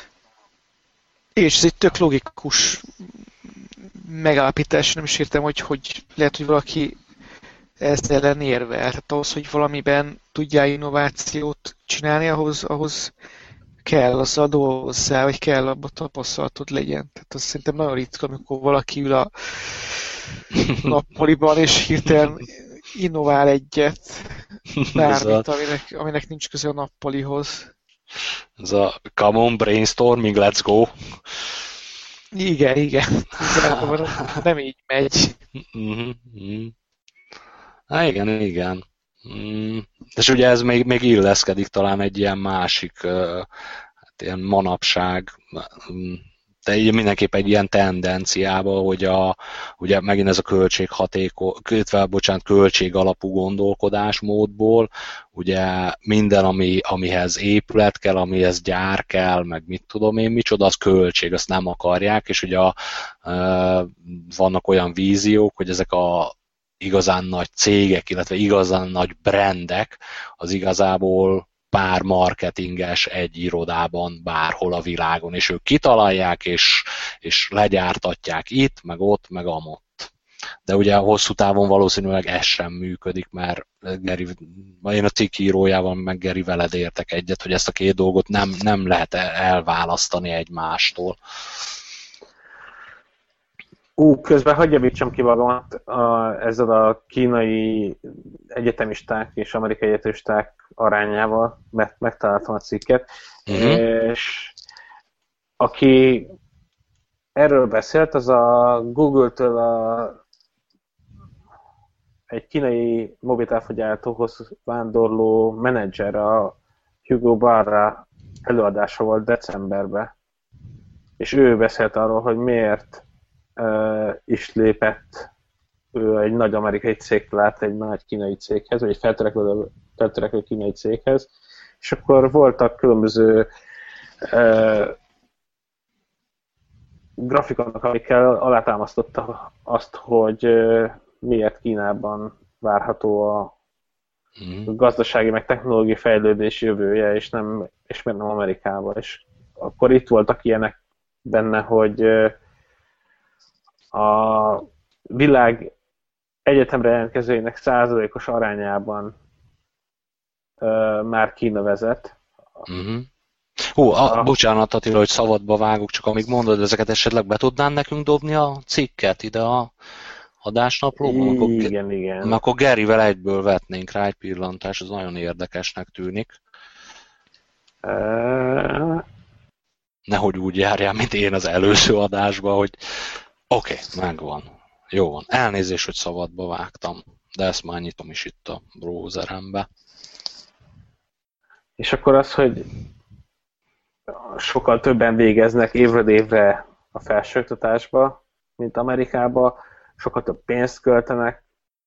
És ez egy tök logikus megállapítás, nem is értem, hogy, hogy lehet, hogy valaki ezzel ellen érvel. Tehát ahhoz, hogy valamiben tudjál innovációt csinálni, ahhoz, ahhoz kell azzal dolgozzál, vagy kell abban tapasztalatod legyen. Tehát azt szerintem nagyon ritka, amikor valaki ül a nappaliban, és hirtelen innovál egyet, bármit, aminek, aminek nincs köze a nappalihoz. Ez a come on, brainstorming, let's go. Igen, igen. igen nem így megy. Há, igen, igen. Mm. És ugye ez még, még illeszkedik talán egy ilyen másik, hát ilyen manapság, de így mindenképp egy ilyen tendenciába, hogy a, ugye megint ez a költséghatékony, bocsánat, költség alapú gondolkodásmódból, ugye minden, ami, amihez épület kell, amihez gyár kell, meg mit tudom én micsoda, az költség, azt nem akarják, és ugye a, vannak olyan víziók, hogy ezek a igazán nagy cégek, illetve igazán nagy brandek, az igazából pár marketinges egy irodában bárhol a világon, és ők kitalálják, és, és legyártatják itt, meg ott, meg amott. de ugye hosszú távon valószínűleg ez sem működik, mert Gary, én a cikk írójával meg Gary veled értek egyet, hogy ezt a két dolgot nem, nem lehet elválasztani egymástól. Ú, közben hagyj javítsam ki magamat a, ezzel a kínai egyetemisták és amerikai egyetemisták arányával, mert megtaláltam a cikket, mm-hmm. és aki erről beszélt, az a Google-től a, egy kínai mobiltelefongyártóhoz vándorló menedzser, a Hugo Barra előadása volt decemberben, és ő beszélt arról, hogy miért uh, is lépett ő egy nagy amerikai cégtől át egy nagy kínai céghez, vagy egy feltörekvő, feltörekvő kínai céghez, és akkor voltak különböző uh, grafikonok, amikkel alátámasztotta azt, hogy uh, miért Kínában várható a mm. gazdasági meg technológiai fejlődés jövője, és, nem, és miért nem Amerikában. És akkor itt voltak ilyenek benne, hogy uh, a világ egyetemre jelentkezőinek százalékos arányában uh, már Kína vezet. Mm-hmm. Hú, a, bocsánat Attila, hogy szabadba vágok, csak amíg mondod, ezeket esetleg be tudnál nekünk dobni a cikket ide a adásnaplóban? Igen, akkor, igen. Mert akkor Garyvel egyből vetnénk rá egy pillantás, az nagyon érdekesnek tűnik. Uh... Nehogy úgy járjál, mint én az előző adásban, hogy oké, okay, megvan. Jó van. Elnézést, hogy szabadba vágtam, de ezt már nyitom is itt a browserembe. És akkor az, hogy sokkal többen végeznek évről évre a felsőoktatásba, mint Amerikában, sokkal több pénzt költenek.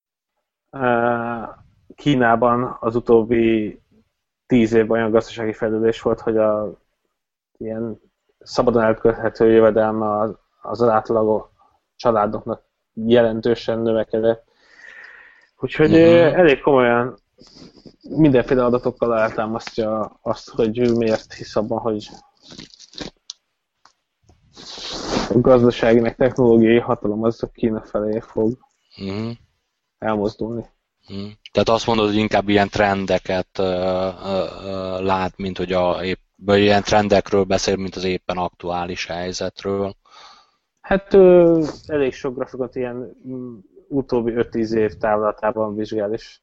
Kínában az utóbbi tíz évben olyan gazdasági fejlődés volt, hogy a ilyen szabadon elkölthető jövedelme az, az átlag családoknak jelentősen növekedett. Úgyhogy mm-hmm. elég komolyan mindenféle adatokkal eltámasztja azt, hogy ő miért hisz abban, hogy a gazdasági meg technológiai hatalom az a Kína felé fog mm. elmozdulni. Mm. Tehát azt mondod, hogy inkább ilyen trendeket uh, uh, lát, mint hogy a, épp, ilyen trendekről beszél, mint az éppen aktuális helyzetről. Hát uh, elég sok grafikot ilyen utóbbi öt-tíz év távlatában vizsgál is.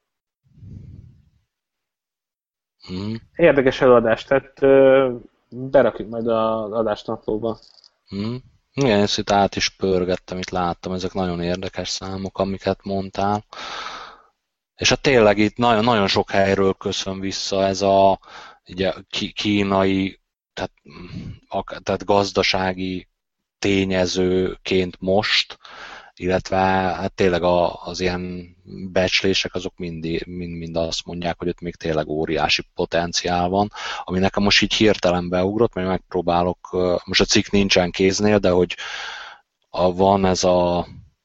Mm. Érdekes előadást, tehát uh, berakjuk majd az adásnaplóba. Mm. Igen, ezt itt át is pörgettem, itt láttam, ezek nagyon érdekes számok, amiket mondtál. És hát tényleg itt nagyon, nagyon sok helyről köszön vissza ez a ugye, kínai, tehát, tehát gazdasági tényezőként most, illetve hát tényleg a, az ilyen becslések azok mind, mind, mind azt mondják, hogy ott még tényleg óriási potenciál van, ami nekem most így hirtelen beugrott, mert megpróbálok, most a cikk nincsen kéznél, de hogy a, van ez a,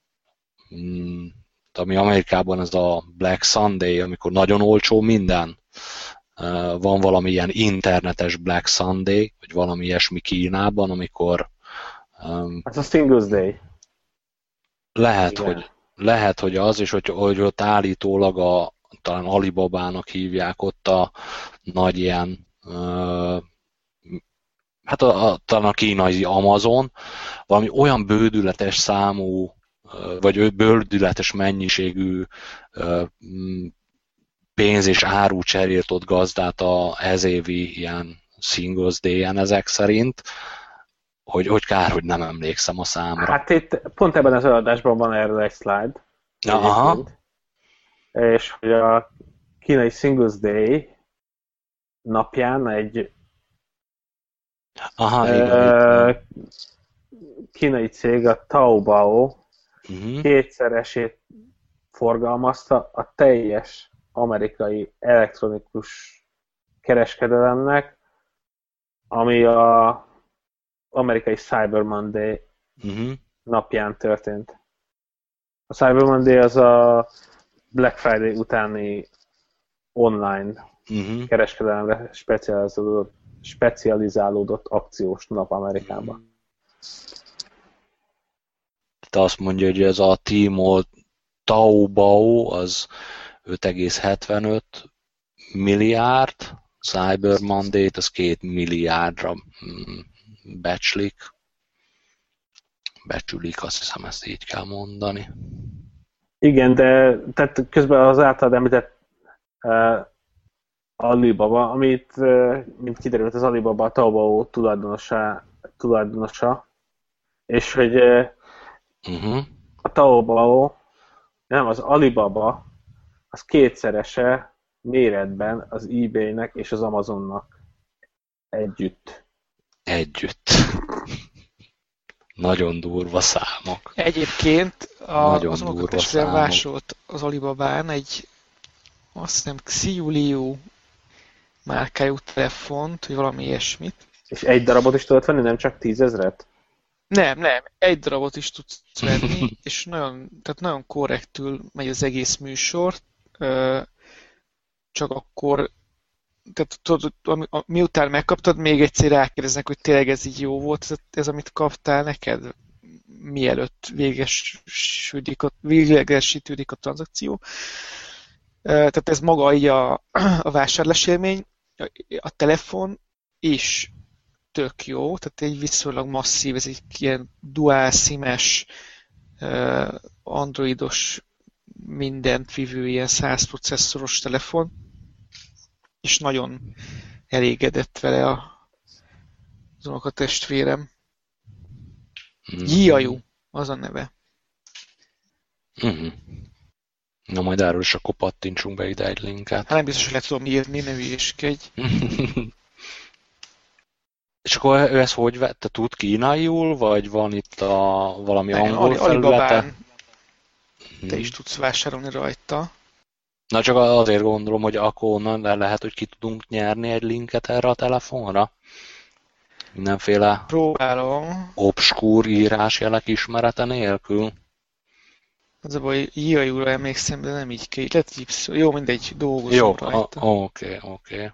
ami Amerikában ez a Black Sunday, amikor nagyon olcsó minden, van valami ilyen internetes Black Sunday, vagy valami ilyesmi Kínában, amikor... Ez a Singles Day. Lehet, hogy, lehet, hogy az, és hogy, hogy ott állítólag a, talán Alibabának hívják ott a nagy ilyen, uh, hát a, a, talán a kínai Amazon, valami olyan bődületes számú, uh, vagy bődületes mennyiségű uh, pénz és áru cserélt ott gazdát a ezévi ilyen Singles Day-en ezek szerint, Hogy, hogy kár, hogy nem emlékszem a számra. Hát itt pont ebben az előadásban van erről egy slide. Aha. És hogy a kínai Singles Day napján egy Aha, uh, igen, kínai cég, a Taobao uh-huh. kétszeresét forgalmazta a teljes amerikai elektronikus kereskedelemnek, ami a amerikai Cyber Monday uh-huh. napján történt. A Cyber Monday az a Black Friday utáni online uh-huh. kereskedelemre specializálódott, specializálódott akciós nap Amerikában. Malte azt mondja, hogy ez a Tmall Taobao az öt egész hetvenöt milliárd, Cyber Monday-t az két milliárdra becslik. Becsülik, azt hiszem, ezt így kell mondani. Igen, de tehát közben az általad említett uh, Alibaba, amit, uh, mint kiderült, az Alibaba a Taobao tulajdonosa, tulajdonosa és hogy uh, uh-huh. a Taobao, nem, az Alibaba, az kétszerese méretben az eBay-nek és az Amazonnak együtt. Együtt. Nagyon durva számok. Egyébként a, az unokatestvérem vásolt az Alibabán egy, azt hiszem, Xiaoliu márkájú telefont, vagy valami ilyesmit. És egy darabot is tudod venni, nem csak tízezret? Nem, nem, egy darabot is tudsz venni, és nagyon, tehát nagyon korrektül megy az egész műsor, csak akkor, tehát tudod, miután megkaptad, még egyszer rákérdeznek, hogy tényleg ez így jó volt, ez, ez amit kaptál neked, mielőtt végesítődik a, végesítődik a tranzakció. Tehát ez maga így a, a vásárlás élmény, a telefon is tök jó, tehát egy viszonylag masszív, ez egy ilyen dual SIM-es, androidos, mindent vívő ilyen száz processzoros telefon, és nagyon elégedett vele a, az unokatestvérem. Mm-hmm. Jiayu, az a neve. Mm-hmm. Na majd erről is akkor pattintsunk be ide egy linket. Hát nem biztos, hogy le tudom írni, ne hülyéskedj. És akkor ő ezt hogy vette? Tud kínaiul, vagy van itt a valami nem, angol felülete? Alibabán te is tudsz vásárolni rajta. Na csak azért gondolom, hogy akkor onnan lehet, hogy ki tudunk nyerni egy linket erre a telefonra. Mindenféle próbálom. obskúr írásjelek ismerete nélkül. Az a baj, Jiayu-ra emlékszem, de nem így kell. Lehet, hogy jó, mindegy, dolgozom jó, rajta. Jó, oké, oké.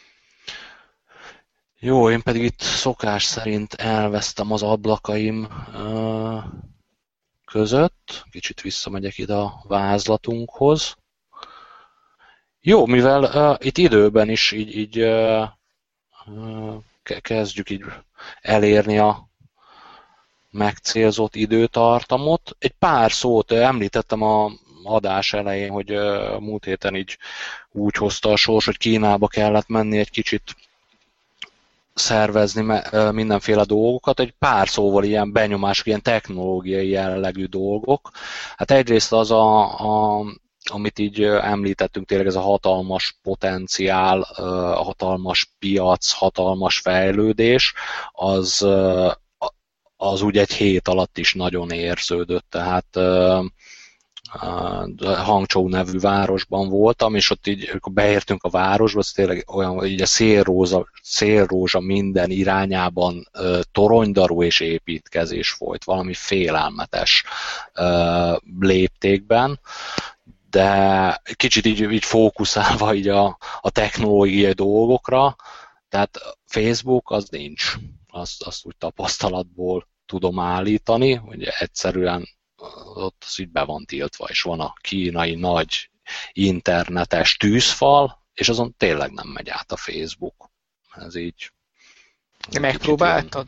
Jó, én pedig itt szokás szerint elvesztem az ablakaim uh, között. Kicsit visszamegyek ide a vázlatunkhoz. Jó, mivel uh, itt időben is így, így uh, uh, kezdjük így elérni a megcélzott időtartamot. Egy pár szót említettem a adás elején, hogy uh, múlt héten így úgy hozta a sors, hogy Kínába kellett menni egy kicsit szervezni mindenféle dolgokat, egy pár szóval ilyen benyomások, ilyen technológiai jellegű dolgok. Hát egyrészt az, a, a, amit így említettünk, tényleg ez a hatalmas potenciál, a hatalmas piac, hatalmas fejlődés, az, az úgy egy hét alatt is nagyon érződött. Tehát Hangzhou nevű városban voltam, és ott így, amikor beértünk a városba, az tényleg olyan, hogy így a szélrózsa, szélrózsa minden irányában toronydarú és építkezés volt, valami félelmetes léptékben, de kicsit így, így fókuszálva így a, a technológiai dolgokra, tehát Facebook az nincs, azt, azt úgy tapasztalatból tudom állítani, hogy egyszerűen ott az így be van tiltva, és van a kínai nagy internetes tűzfal, és azon tényleg nem megy át a Facebook. Ez így... De megpróbáltad?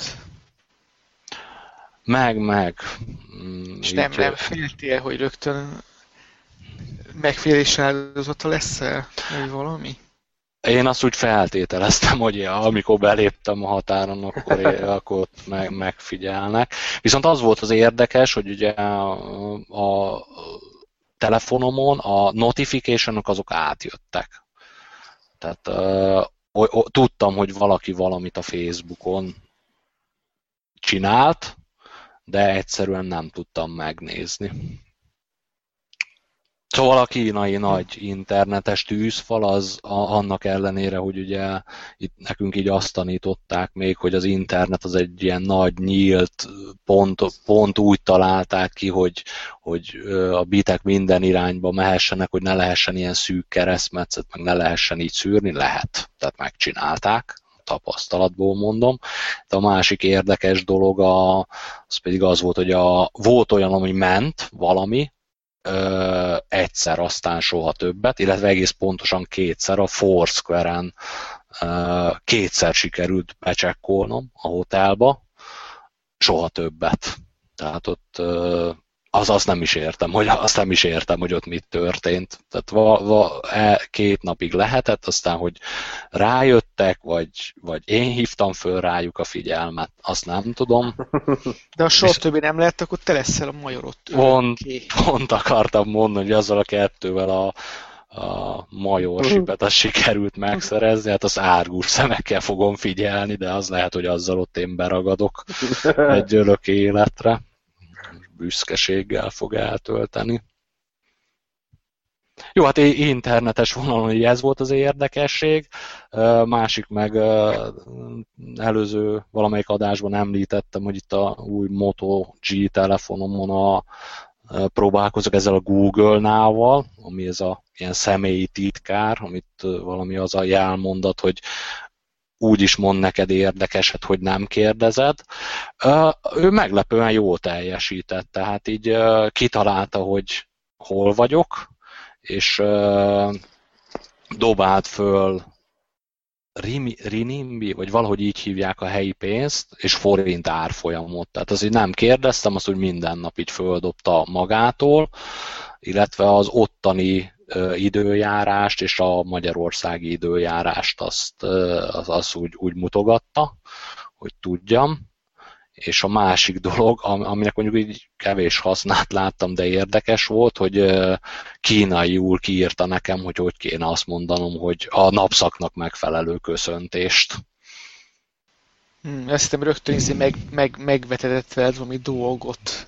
Meg, meg. És így nem, nem féltél, hogy rögtön megfélés áldozata lesz-e, vagy valami? Én azt úgy feltételeztem, hogy amikor beléptem a határon, akkor, én, akkor ott meg, megfigyelnek. Viszont az volt az érdekes, hogy ugye a, a telefonomon a notificationok azok átjöttek. Tehát uh, o, o, tudtam, hogy valaki valamit a Facebookon csinált, de egyszerűen nem tudtam megnézni. Szóval a kínai nagy internetes tűzfal az a, annak ellenére, hogy ugye itt nekünk így azt tanították még, hogy az internet az egy ilyen nagy nyílt pont, pont úgy találták ki, hogy, hogy a bitek minden irányba mehessenek, hogy ne lehessen ilyen szűk keresztmetszet, meg ne lehessen így szűrni, lehet. Tehát megcsinálták. tapasztalatból mondom. De a másik érdekes dolog a, az pedig az volt, hogy a, volt olyan, ami ment valami, ö, egyszer, aztán soha többet, illetve egész pontosan kétszer a Foursquare-en ö, kétszer sikerült becsekkolnom a hotelba, soha többet. Tehát ott ö, az azt nem is értem, hogy azt nem is értem, hogy ott mit történt. Tehát va, va, e, két napig lehetett, aztán, hogy rájöttek, vagy, vagy én hívtam föl rájuk a figyelmet, azt nem tudom. De a soha többé nem lehet, akkor te leszel a majorot. Pont, pont akartam mondani, hogy azzal a kettővel a, a majorsipet azt sikerült megszerezni, hát az árgus szemekkel fogom figyelni, de az lehet, hogy azzal ott én beragadok egy örök életre. Büszkeséggel fog eltölteni. Jó, hát internetes vonalon ez volt az érdekesség. Másik meg előző valamelyik adásban említettem, hogy itt a új Moto G telefonomon a, próbálkozok ezzel a Google Now-val, ami ez a ilyen személyi titkár, amit valami az a jelmondat, hogy úgy is mond neked érdekeset, hogy nem kérdezed. Ő meglepően jól teljesített, tehát így kitalálta, hogy hol vagyok, és dobált föl Rinimbi, vagy valahogy így hívják a helyi pénzt, és forint árfolyamot. Tehát az így nem kérdeztem, azt úgy minden nap így földobta magától, illetve az ottani időjárást és a magyarországi időjárást azt, az, az úgy, úgy mutogatta, hogy tudjam. És a másik dolog, aminek mondjuk így kevés hasznát láttam, de érdekes volt, hogy kínaiul kiírta nekem, hogy hogy kéne azt mondanom, hogy a napszaknak megfelelő köszöntést. Hmm, azt hiszem rögtön is meg, meg, megvetetett veled valami dolgot.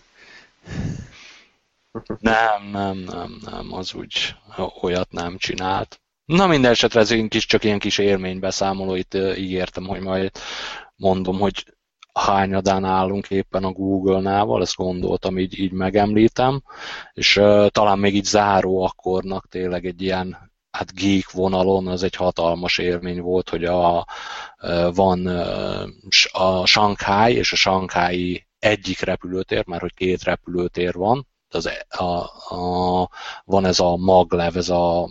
Nem, nem, nem, nem, az úgy olyat nem csinált. Na minden esetre ez kis, csak ilyen kis élménybeszámolóit ígértem, hogy majd mondom, hogy hányadán állunk éppen a Google-nával, ezt gondoltam, így, így megemlítem, és uh, talán még így záró akkornak tényleg egy ilyen hát geek vonalon, az egy hatalmas élmény volt, hogy a, uh, van uh, a Shanghai és a Shanghai egyik repülőtér, mert hogy két repülőtér van, az, a, a, van ez a maglev, ez a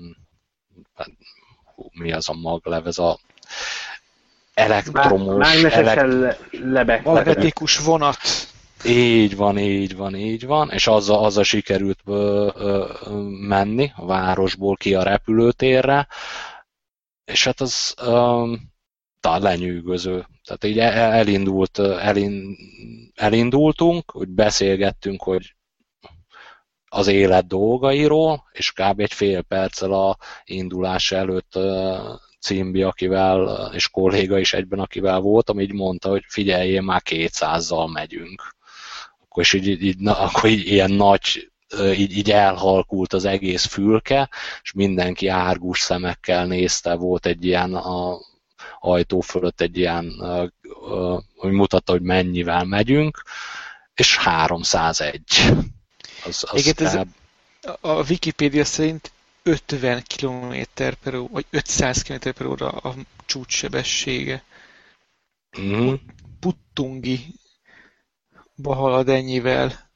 mi az a maglev, ez a elektromos... Mágnesesen elekt... lebeg. Magnetikus vonat. Így van, így van, így van, és azzal, azzal sikerült ö, ö, menni a városból ki a repülőtérre, és hát az ö, talán lenyűgöző. Tehát így elindult, elind, elindultunk, hogy beszélgettünk, hogy az élet dolgairól, és kb. Egy fél perccel a indulás előtt Cimbi, akivel, és kolléga is egyben, akivel voltam, így mondta, hogy figyeljél, már kétszázzal megyünk. Akkor, és így, így, na, akkor így ilyen nagy, így, így elhalkult az egész fülke, és mindenki árgus szemekkel nézte, volt egy ilyen a ajtó fölött egy ilyen, hogy mutatta, hogy mennyivel megyünk, és háromszázegy. Az, az Igen, ez a Wikipédia szerint ötven kilométer per óra, vagy ötszáz kilométer per óra a csúcssebessége. Mm. Puttungi halad ennyivel.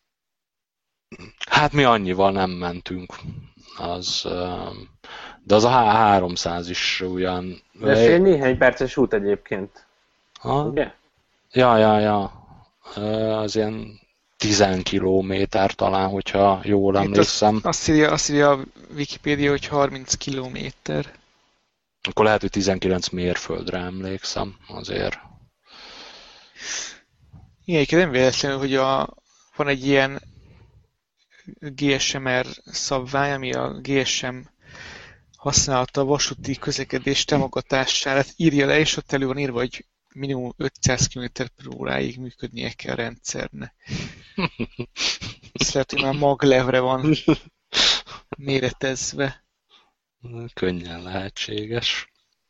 Hát mi annyival nem mentünk. Az, de az a háromszáz is ugyan... De ez egy néhány perces út egyébként. Ha? Ugye? Ja, ja, ja. Az ilyen tíz kilométer talán, hogyha jól emlékszem. Azt, azt, írja, azt írja a Wikipédia, hogy harminc kilométer. Akkor lehet, hogy tizenkilenc mérföldre emlékszem azért. Igen, nem véletlenül, hogy a, van egy ilyen gé es em er szabvány, ami a gé es em használata a vasúti közlekedés támogatására írja le, és ott elő van írva, hogy minimum ötszáz kilométer per óráig működnie kell a rendszernek. Ezt lehet, hogy már maglevre van méretezve. Könnyen lehetséges.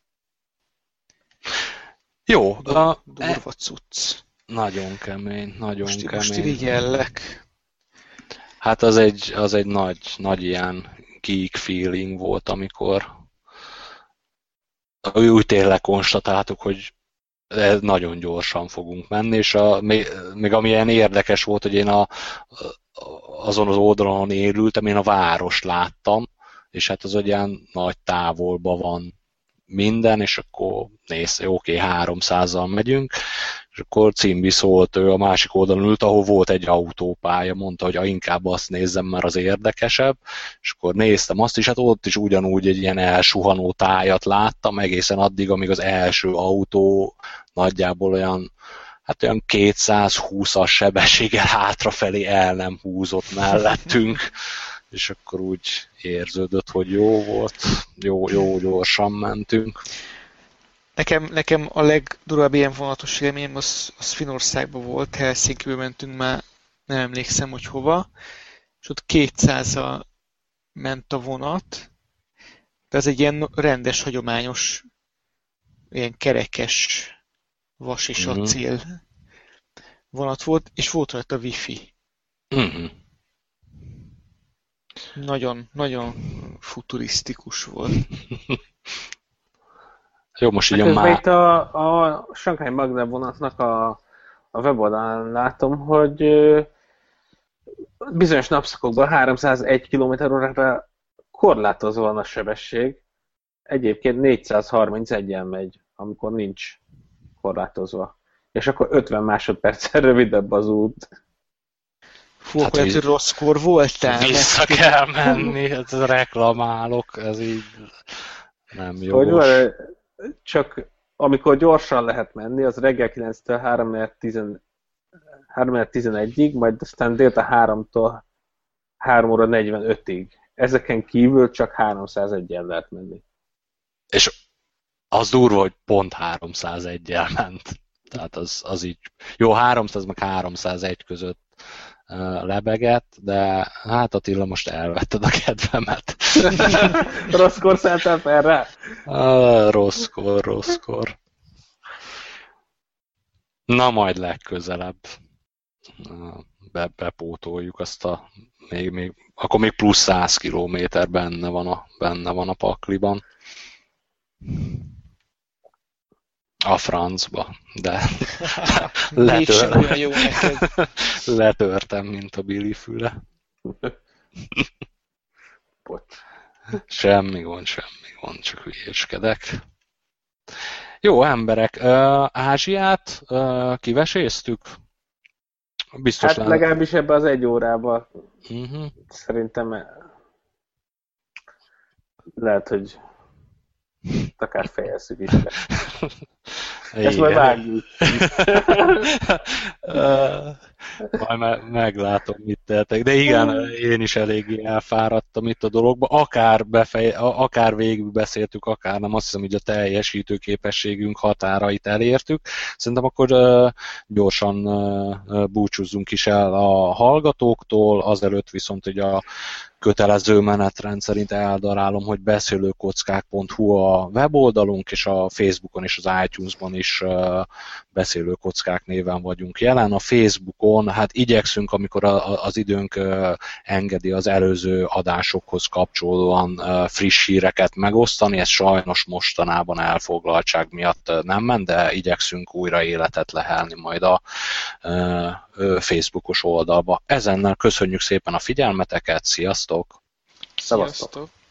Jó. A, durva cucc. Nagyon kemény, nagyon most, kemény. Most irigyellek. Hát az egy, az egy nagy, nagy ilyen geek feeling volt, amikor úgy tényleg konstatáltuk, hogy nagyon gyorsan fogunk menni, és a, még, még amilyen érdekes volt, hogy én a, azon az oldalon élültem, én a várost láttam, és hát az olyan nagy távolban van minden, és akkor nézd, oké, okay, háromszázzal megyünk, és akkor Cimbi szólt, ő a másik oldalon ült, ahol volt egy autópálya, mondta, hogy inkább azt nézzem, mert az érdekesebb, és akkor néztem azt is, hát ott is ugyanúgy egy ilyen elsuhanó tájat láttam, egészen addig, amíg az első autó nagyjából olyan, hát olyan kétszázhúszas sebességgel hátrafelé el nem húzott mellettünk, és akkor úgy érződött, hogy jó volt, jó, jó gyorsan mentünk. Nekem, nekem a legdurvább ilyen vonatos élményem az, az Finnországban volt, Helsinkiből mentünk már, nem emlékszem, hogy hova, és ott kétszázzal ment a vonat, de ez egy ilyen rendes, hagyományos, ilyen kerekes vas és Mhm. acél vonat volt, és volt rajta wifi. Mhm. Nagyon, nagyon futurisztikus volt. Jó, most így a Közben má... itt a, a Shanghai Maglev vonatnak a, a weboldalán látom, hogy ö, bizonyos napszakokban háromszázegy kilométer órára korlátozva van a sebesség. Egyébként négyszázharmincegyen megy, amikor nincs korlátozva. És akkor ötven másodperccel rövidebb az út. Fú, Hát, akkor lehet, hogy hogy rosszkor voltál. Vissza mert- kell menni, hát reklamálok, ez így nem jó. Hogy van, csak amikor gyorsan lehet menni, az reggel kilenctől három tizenegyig, majd aztán délután háromtól három óra negyvenötig. Ezeken kívül csak háromszázegyen lehet menni. És az durva, hogy pont háromszázegyel ment. Tehát az, az így, jó, háromszáz meg háromszázegy között uh, lebegett, de hát Attila, most elvetted a kedvemet. Rosszkor szálltál fel rá? Uh, rosszkor, rosszkor. Na, majd legközelebb uh, be, bepótoljuk azt a, még, még, akkor még plusz száz kilométer benne van a, benne van a pakliban. A francba, de Mégsem letör... olyan jó neked. letörtem, mint a Billy füle. Bocs. Semmi gond, semmi gond, csak hülyéskedek. Jó, emberek, uh, Ázsiát uh, kiveséztük? Biztos Hát lenne. legalábbis ebbe az egy órában Uh-huh. szerintem lehet, hogy akár fejezzük is le. Ezt majd vágjuk. Uh, majd me- meglátom, mit tehetek. De igen, én is eléggé elfáradtam itt a dologba. Akár, befej, akár végig beszéltük, akár nem. Azt hiszem, hogy a teljesítő képességünk határait elértük. Szerintem akkor uh, gyorsan uh, búcsúzzunk is el a hallgatóktól. Azelőtt viszont, hogy a kötelező menetrend szerint eldarálom, hogy beszélőkockák pont hu a weboldalunk, és a Facebookon és az iTunes-ban is uh, beszélőkockák néven vagyunk jelen. A Facebookon hát igyekszünk, amikor a, a, az időnk uh, engedi, az előző adásokhoz kapcsolódóan uh, friss híreket megosztani, ez sajnos mostanában elfoglaltság miatt uh, nem ment, de igyekszünk újra életet lehelni majd a uh, Facebookos oldalba. Ezennel köszönjük szépen a figyelmeteket, sziasztok! Szevasztok! Sziasztok!